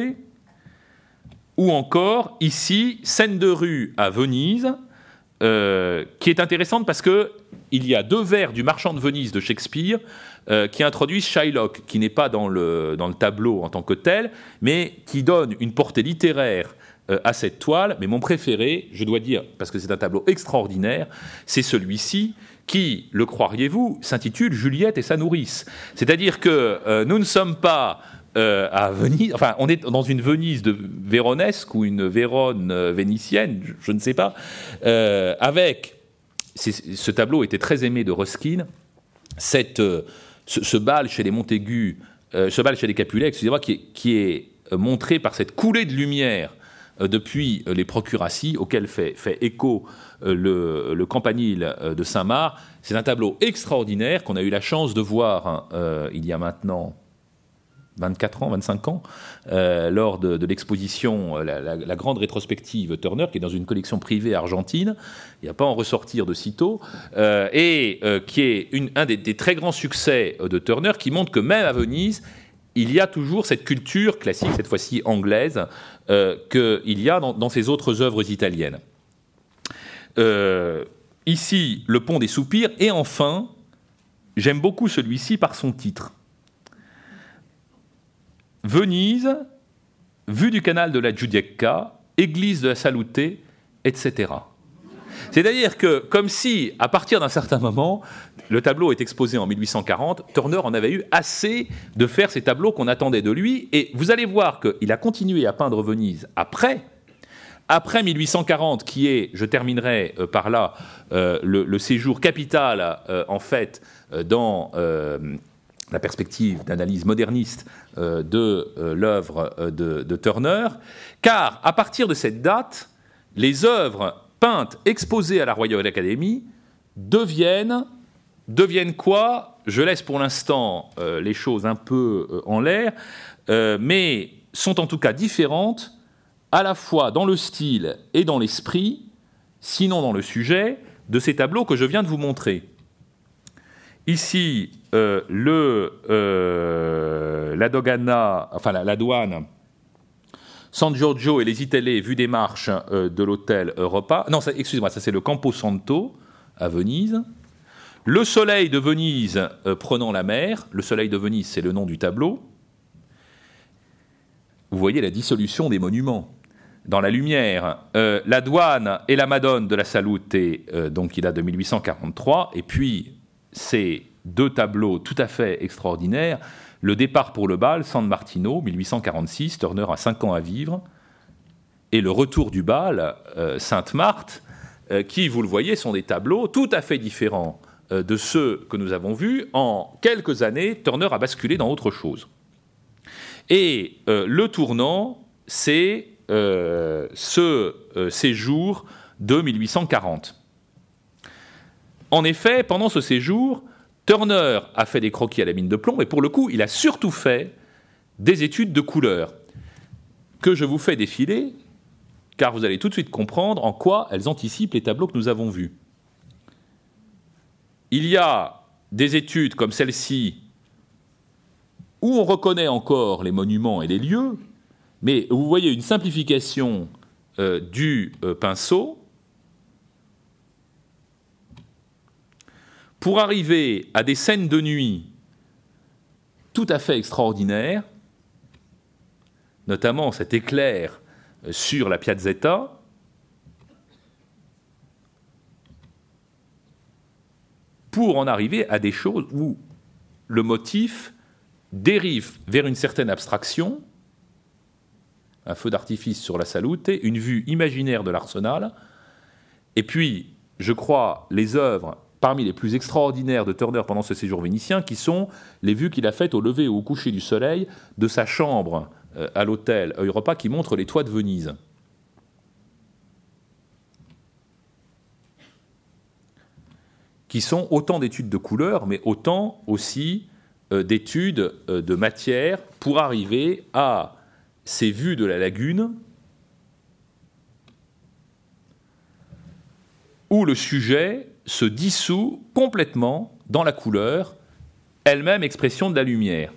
ou encore, ici, scène de rue à Venise, euh, qui est intéressante parce qu'il y a deux vers du Marchand de Venise de Shakespeare euh, qui introduisent Shylock, qui n'est pas dans le, dans le tableau en tant que tel, mais qui donne une portée littéraire euh, à cette toile. Mais mon préféré, je dois dire, parce que c'est un tableau extraordinaire, c'est celui-ci, qui, le croiriez-vous, s'intitule Juliette et sa nourrice. C'est-à-dire que euh, nous ne sommes pas euh, à Venise, enfin, on est dans une Venise de véronesque ou une Vérone euh, vénitienne, je, je ne sais pas, euh, avec, ce tableau était très aimé de Ruskin, cette, euh, ce, ce bal chez les Montaigu, euh, ce bal chez les Capulet, excusez-moi, qui est, qui est montré par cette coulée de lumière depuis les Procuraties, auquel fait, fait écho le, le campanile de Saint-Marc. C'est un tableau extraordinaire qu'on a eu la chance de voir euh, il y a maintenant vingt-quatre ans, vingt-cinq ans, euh, lors de, de l'exposition, la, la, la grande rétrospective Turner, qui est dans une collection privée argentine, il n'y a pas à en ressortir de sitôt, euh, et euh, qui est une, un des, des très grands succès de Turner, qui montre que même à Venise, il y a toujours cette culture classique, cette fois-ci anglaise, euh, qu'il y a dans, dans ces autres œuvres italiennes. Euh, ici, le pont des soupirs, et enfin, j'aime beaucoup celui-ci par son titre. Venise, vue du canal de la Giudecca, église de la Salute, et cetera. C'est-à-dire que, comme si, à partir d'un certain moment, le tableau est exposé en mille huit cent quarante, Turner en avait eu assez de faire ces tableaux qu'on attendait de lui, et vous allez voir qu'il a continué à peindre Venise après, après mille huit cent quarante, qui est, je terminerai euh, par là, euh, le, le séjour capital, euh, en fait, euh, dans euh, la perspective d'analyse moderniste euh, de euh, l'œuvre euh, de, de Turner, car à partir de cette date, les œuvres peintes exposées à la Royal Academy deviennent, deviennent quoi ? Je laisse pour l'instant euh, les choses un peu euh, en l'air, euh, mais sont en tout cas différentes à la fois dans le style et dans l'esprit, sinon dans le sujet, de ces tableaux que je viens de vous montrer. Ici, euh, le, euh, la dogana, enfin la, la douane, San Giorgio et les Italiens vus des marches euh, de l'hôtel Europa. Non, ça, excusez-moi, ça c'est le Campo Santo à Venise. Le soleil de Venise euh, prenant la mer. Le soleil de Venise, c'est le nom du tableau. Vous voyez la dissolution des monuments dans la lumière. Euh, la douane et la Madone de la Salute, euh, donc il a de mille huit cent quarante-trois. Et puis, ces deux tableaux tout à fait extraordinaires. Le départ pour le bal, San Martino, mille huit cent quarante-six, Turner a cinq ans à vivre. Et le retour du bal, euh, Sainte-Marthe, euh, qui, vous le voyez, sont des tableaux tout à fait différents euh, de ceux que nous avons vus. En quelques années, Turner a basculé dans autre chose. Et euh, le tournant, c'est euh, ce euh, séjour de mille huit cent quarante. En effet, pendant ce séjour, Turner a fait des croquis à la mine de plomb, mais pour le coup, il a surtout fait des études de couleurs que je vous fais défiler, car vous allez tout de suite comprendre en quoi elles anticipent les tableaux que nous avons vus. Il y a des études comme celle-ci, où on reconnaît encore les monuments et les lieux, mais vous voyez une simplification euh, du euh, pinceau, pour arriver à des scènes de nuit tout à fait extraordinaires, notamment cet éclair sur la Piazzetta, pour en arriver à des choses où le motif dérive vers une certaine abstraction, un feu d'artifice sur la Salute, une vue imaginaire de l'Arsenal, et puis, je crois, les œuvres parmi les plus extraordinaires de Turner pendant ce séjour vénitien, qui sont les vues qu'il a faites au lever ou au coucher du soleil de sa chambre euh, à l'hôtel Europa, qui montre les toits de Venise. Qui sont autant d'études de couleurs, mais autant aussi euh, d'études euh, de matière pour arriver à ces vues de la lagune où le sujet se dissout complètement dans la couleur, elle-même expression de la lumière.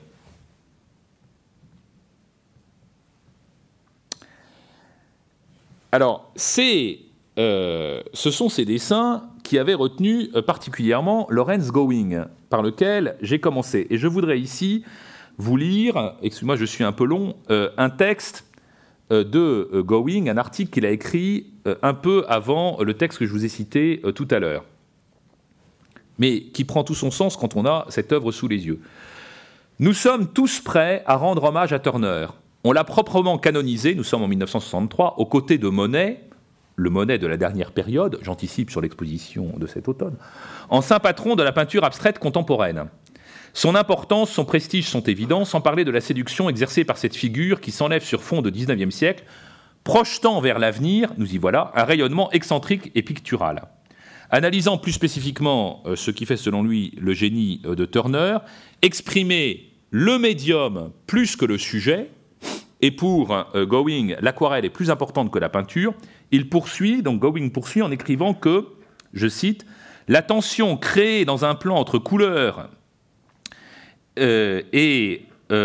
Alors, c'est, euh, ce sont ces dessins qui avaient retenu euh, particulièrement Lawrence Gowing, par lequel j'ai commencé. Et je voudrais ici vous lire, excusez-moi, je suis un peu long, euh, un texte euh, de euh, Gowing, un article qu'il a écrit euh, un peu avant le texte que je vous ai cité euh, tout à l'heure, mais qui prend tout son sens quand on a cette œuvre sous les yeux. Nous sommes tous prêts à rendre hommage à Turner. On l'a proprement canonisé, nous sommes en mille neuf cent soixante-trois, aux côtés de Monet, le Monet de la dernière période, j'anticipe sur l'exposition de cet automne, en saint patron de la peinture abstraite contemporaine. Son importance, son prestige sont évidents, sans parler de la séduction exercée par cette figure qui s'enlève sur fond de dix-neuvième siècle, projetant vers l'avenir, nous y voilà, un rayonnement excentrique et pictural. Analysant plus spécifiquement euh, ce qui fait selon lui le génie euh, de Turner, exprimer le médium plus que le sujet, et pour euh, Gowing, l'aquarelle est plus importante que la peinture, il poursuit, donc Gowing poursuit en écrivant que, je cite, « la tension créée dans un plan entre couleurs euh, et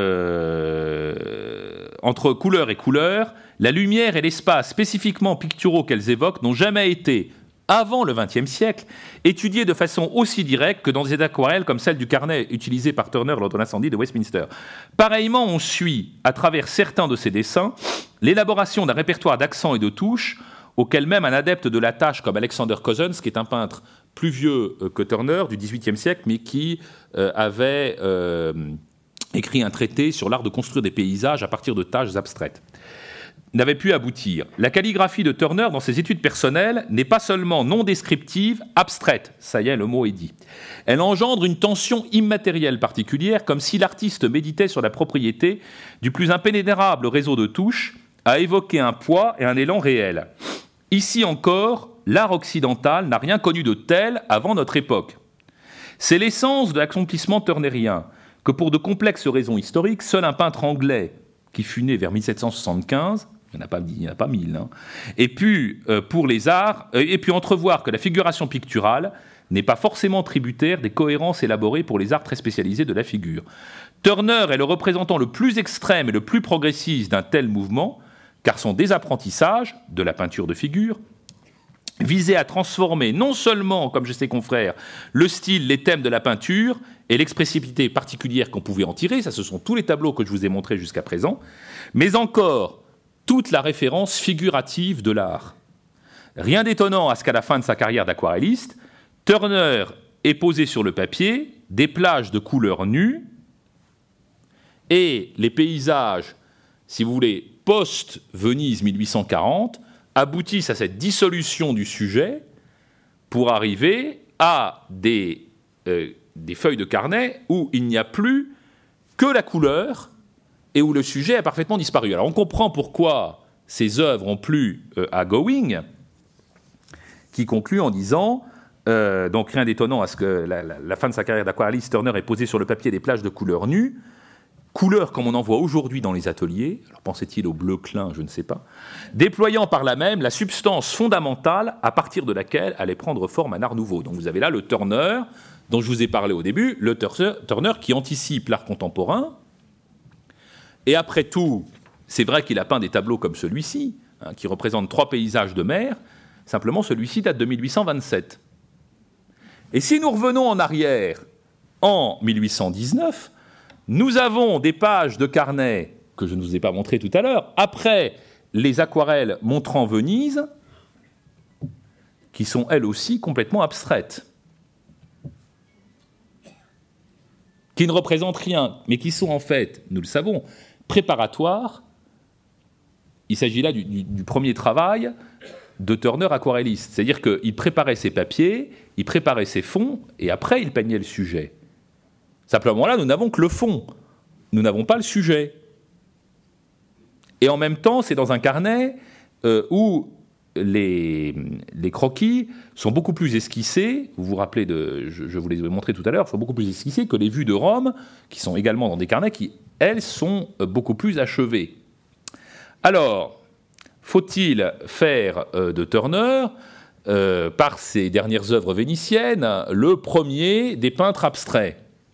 euh, entre couleurs et couleurs, la lumière et l'espace spécifiquement picturaux qu'elles évoquent n'ont jamais été avant le vingtième siècle, étudiées de façon aussi directe que dans des aquarelles comme celle du carnet utilisé par Turner lors de l'incendie de Westminster. Pareillement, on suit, à travers certains de ces dessins, l'élaboration d'un répertoire d'accents et de touches auquel même un adepte de la tâche comme Alexander Cousins, qui est un peintre plus vieux que Turner, du dix-huitième siècle, mais qui euh, avait euh, écrit un traité sur l'art de construire des paysages à partir de tâches abstraites, n'avait pu aboutir. La calligraphie de Turner, dans ses études personnelles, n'est pas seulement non descriptive, abstraite, ça y est, le mot est dit. Elle engendre une tension immatérielle particulière, comme si l'artiste méditait sur la propriété du plus impénétrable réseau de touches, à évoquer un poids et un élan réel. Ici encore, l'art occidental n'a rien connu de tel avant notre époque. C'est l'essence de l'accomplissement turnérien, que pour de complexes raisons historiques, seul un peintre anglais, qui fut né vers mille sept cent soixante-quinze, il n'y en a pas, il n'y en a pas mille, hein, et puis euh, pour les arts, euh, et puis entrevoir que la figuration picturale n'est pas forcément tributaire des cohérences élaborées pour les arts très spécialisés de la figure. Turner est le représentant le plus extrême et le plus progressiste d'un tel mouvement, car son désapprentissage de la peinture de figure visait à transformer non seulement, comme je sais confrères, le style, les thèmes de la peinture et l'expressivité particulière qu'on pouvait en tirer, ça ce sont tous les tableaux que je vous ai montrés jusqu'à présent, mais encore toute la référence figurative de l'art. Rien d'étonnant à ce qu'à la fin de sa carrière d'aquarelliste, Turner ait posé sur le papier des plages de couleurs nues et les paysages, si vous voulez, post-Venise mille huit cent quarante, aboutissent à cette dissolution du sujet pour arriver à des, euh, des feuilles de carnet où il n'y a plus que la couleur et où le sujet a parfaitement disparu. Alors on comprend pourquoi ces œuvres ont plu euh, à Gowing, qui conclut en disant euh, donc rien d'étonnant à ce que la, la, la fin de sa carrière d'aquarelliste, Turner ait posé sur le papier des plages de couleurs nues, couleurs comme on en voit aujourd'hui dans les ateliers, alors pensait-il au bleu clin, je ne sais pas, déployant par là même la substance fondamentale à partir de laquelle allait prendre forme un art nouveau. Donc vous avez là le Turner, dont je vous ai parlé au début, le Turner qui anticipe l'art contemporain, et après tout, c'est vrai qu'il a peint des tableaux comme celui-ci, hein, qui représentent trois paysages de mer, simplement celui-ci date de mille huit cent vingt-sept. Et si nous revenons en arrière, en mille huit cent dix-neuf, nous avons des pages de carnet, que je ne vous ai pas montrées tout à l'heure, après les aquarelles montrant Venise, qui sont elles aussi complètement abstraites, qui ne représentent rien, mais qui sont en fait, nous le savons, préparatoires. Il s'agit là du, du, du premier travail de Turner aquarelliste, c'est-à-dire qu'il préparait ses papiers, il préparait ses fonds, et après il peignait le sujet. Simplement là, nous n'avons que le fond, nous n'avons pas le sujet. Et en même temps, c'est dans un carnet euh, où les, les croquis sont beaucoup plus esquissés, vous vous rappelez, de, je, je vous les ai montrés tout à l'heure, sont beaucoup plus esquissés que les vues de Rome, qui sont également dans des carnets qui, elles, sont beaucoup plus achevées. Alors, faut-il faire euh, de Turner, euh, par ses dernières œuvres vénitiennes, le premier des peintres abstraits ?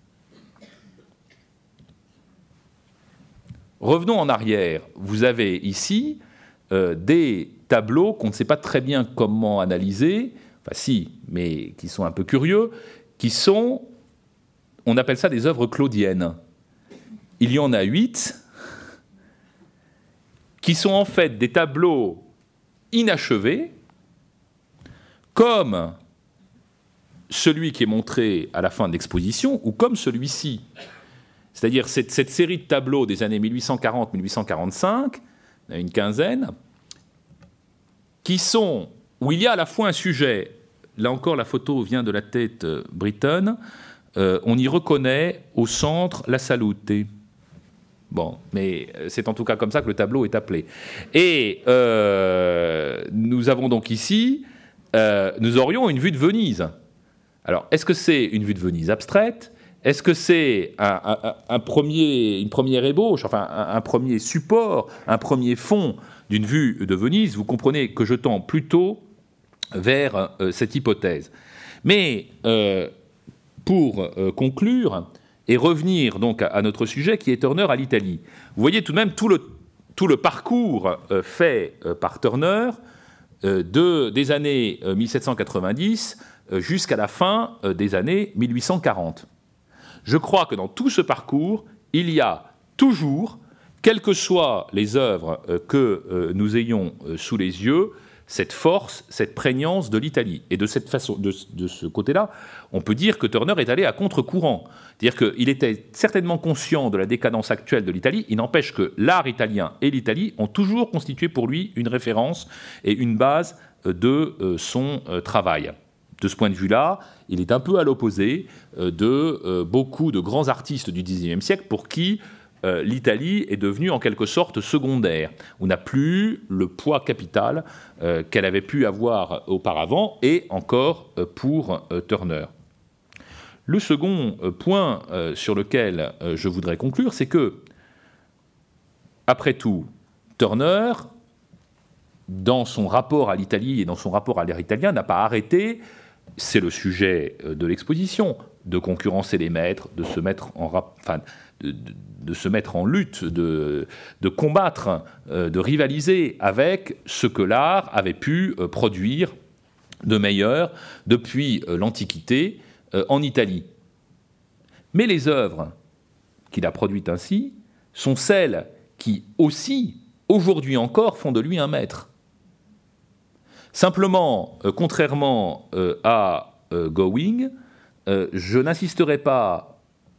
Revenons en arrière. Vous avez ici euh, des tableaux qu'on ne sait pas très bien comment analyser, enfin si, mais qui sont un peu curieux, qui sont, on appelle ça des œuvres claudiennes. Il y en a huit, qui sont en fait des tableaux inachevés, comme celui qui est montré à la fin de l'exposition, ou comme celui-ci. C'est-à-dire cette, cette série de tableaux des années mille huit cent quarante à mille huit cent quarante-cinq, il y en a une quinzaine, qui sont, où il y a à la fois un sujet, là encore la photo vient de la tête euh, bretonne, euh, on y reconnaît au centre la salute. Bon, mais c'est en tout cas comme ça que le tableau est appelé. Et euh, nous avons donc ici, euh, nous aurions une vue de Venise. Alors, est-ce que c'est une vue de Venise abstraite ? Est-ce que c'est un, un, un premier, une première ébauche, enfin un, un premier support, un premier fond d'une vue de Venise ? Vous comprenez que je tends plutôt vers euh, cette hypothèse. Mais euh, pour euh, conclure et revenir donc à, à notre sujet qui est Turner à l'Italie, vous voyez tout de même tout le, tout le parcours euh, fait euh, par Turner euh, de, des années euh, mille sept cent quatre-vingt-dix euh, jusqu'à la fin euh, des années mille huit cent quarante. Je crois que dans tout ce parcours, il y a toujours, quelles que soient les œuvres euh, que euh, nous ayons euh, sous les yeux, cette force, cette prégnance de l'Italie. Et de cette façon, de, de ce côté-là, on peut dire que Turner est allé à contre-courant. C'est-à-dire qu'il était certainement conscient de la décadence actuelle de l'Italie. Il n'empêche que l'art italien et l'Italie ont toujours constitué pour lui une référence et une base de euh, son euh, travail. De ce point de vue-là, il est un peu à l'opposé euh, de euh, beaucoup de grands artistes du dix-neuvième siècle pour qui euh, l'Italie est devenue en quelque sorte secondaire, où n'a plus le poids capital euh, qu'elle avait pu avoir auparavant, et encore euh, pour euh, Turner. Le second euh, point euh, sur lequel euh, je voudrais conclure, c'est que, après tout, Turner, dans son rapport à l'Italie et dans son rapport à l'art italien, n'a pas arrêté, c'est le sujet de l'exposition, de concurrencer les maîtres, de se mettre en, rap... enfin, de, de, de se mettre en lutte, de, de combattre, euh, de rivaliser avec ce que l'art avait pu euh, produire de meilleur depuis euh, l'Antiquité euh, en Italie. Mais les œuvres qu'il a produites ainsi sont celles qui aussi, aujourd'hui encore, font de lui un maître. Simplement, euh, contrairement euh, à euh, Gowing, euh, je n'insisterai pas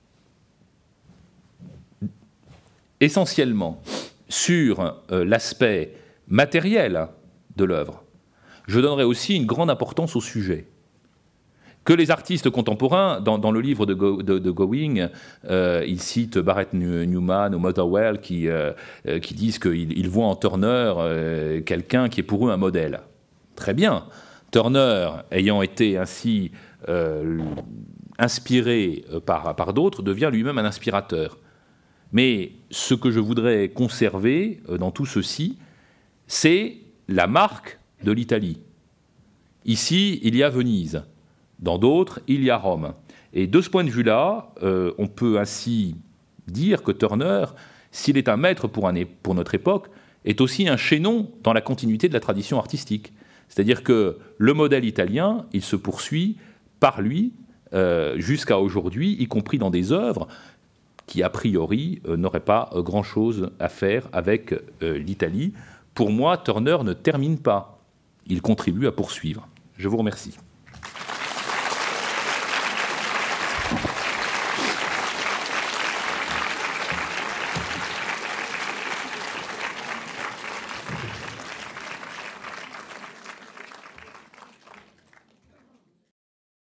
essentiellement sur euh, l'aspect matériel de l'œuvre. Je donnerai aussi une grande importance au sujet. Que les artistes contemporains, dans, dans le livre de, Go, de, de Gowing, euh, ils citent Barrett Newman ou Motherwell qui, euh, qui disent qu'ils ils voient en Turner euh, quelqu'un qui est pour eux un modèle. Très bien. Turner, ayant été ainsi euh, inspiré par, par d'autres, devient lui-même un inspirateur. Mais ce que je voudrais conserver dans tout ceci, c'est la marque de l'Italie. Ici, il y a Venise. Dans d'autres, il y a Rome. Et de ce point de vue-là, euh, on peut ainsi dire que Turner, s'il est un maître pour, un, pour notre époque, est aussi un chaînon dans la continuité de la tradition artistique. C'est-à-dire que le modèle italien, il se poursuit par lui euh, jusqu'à aujourd'hui, y compris dans des œuvres qui, a priori, euh, n'auraient pas euh, grand-chose à faire avec euh, l'Italie. Pour moi, Turner ne termine pas. Il contribue à poursuivre. Je vous remercie.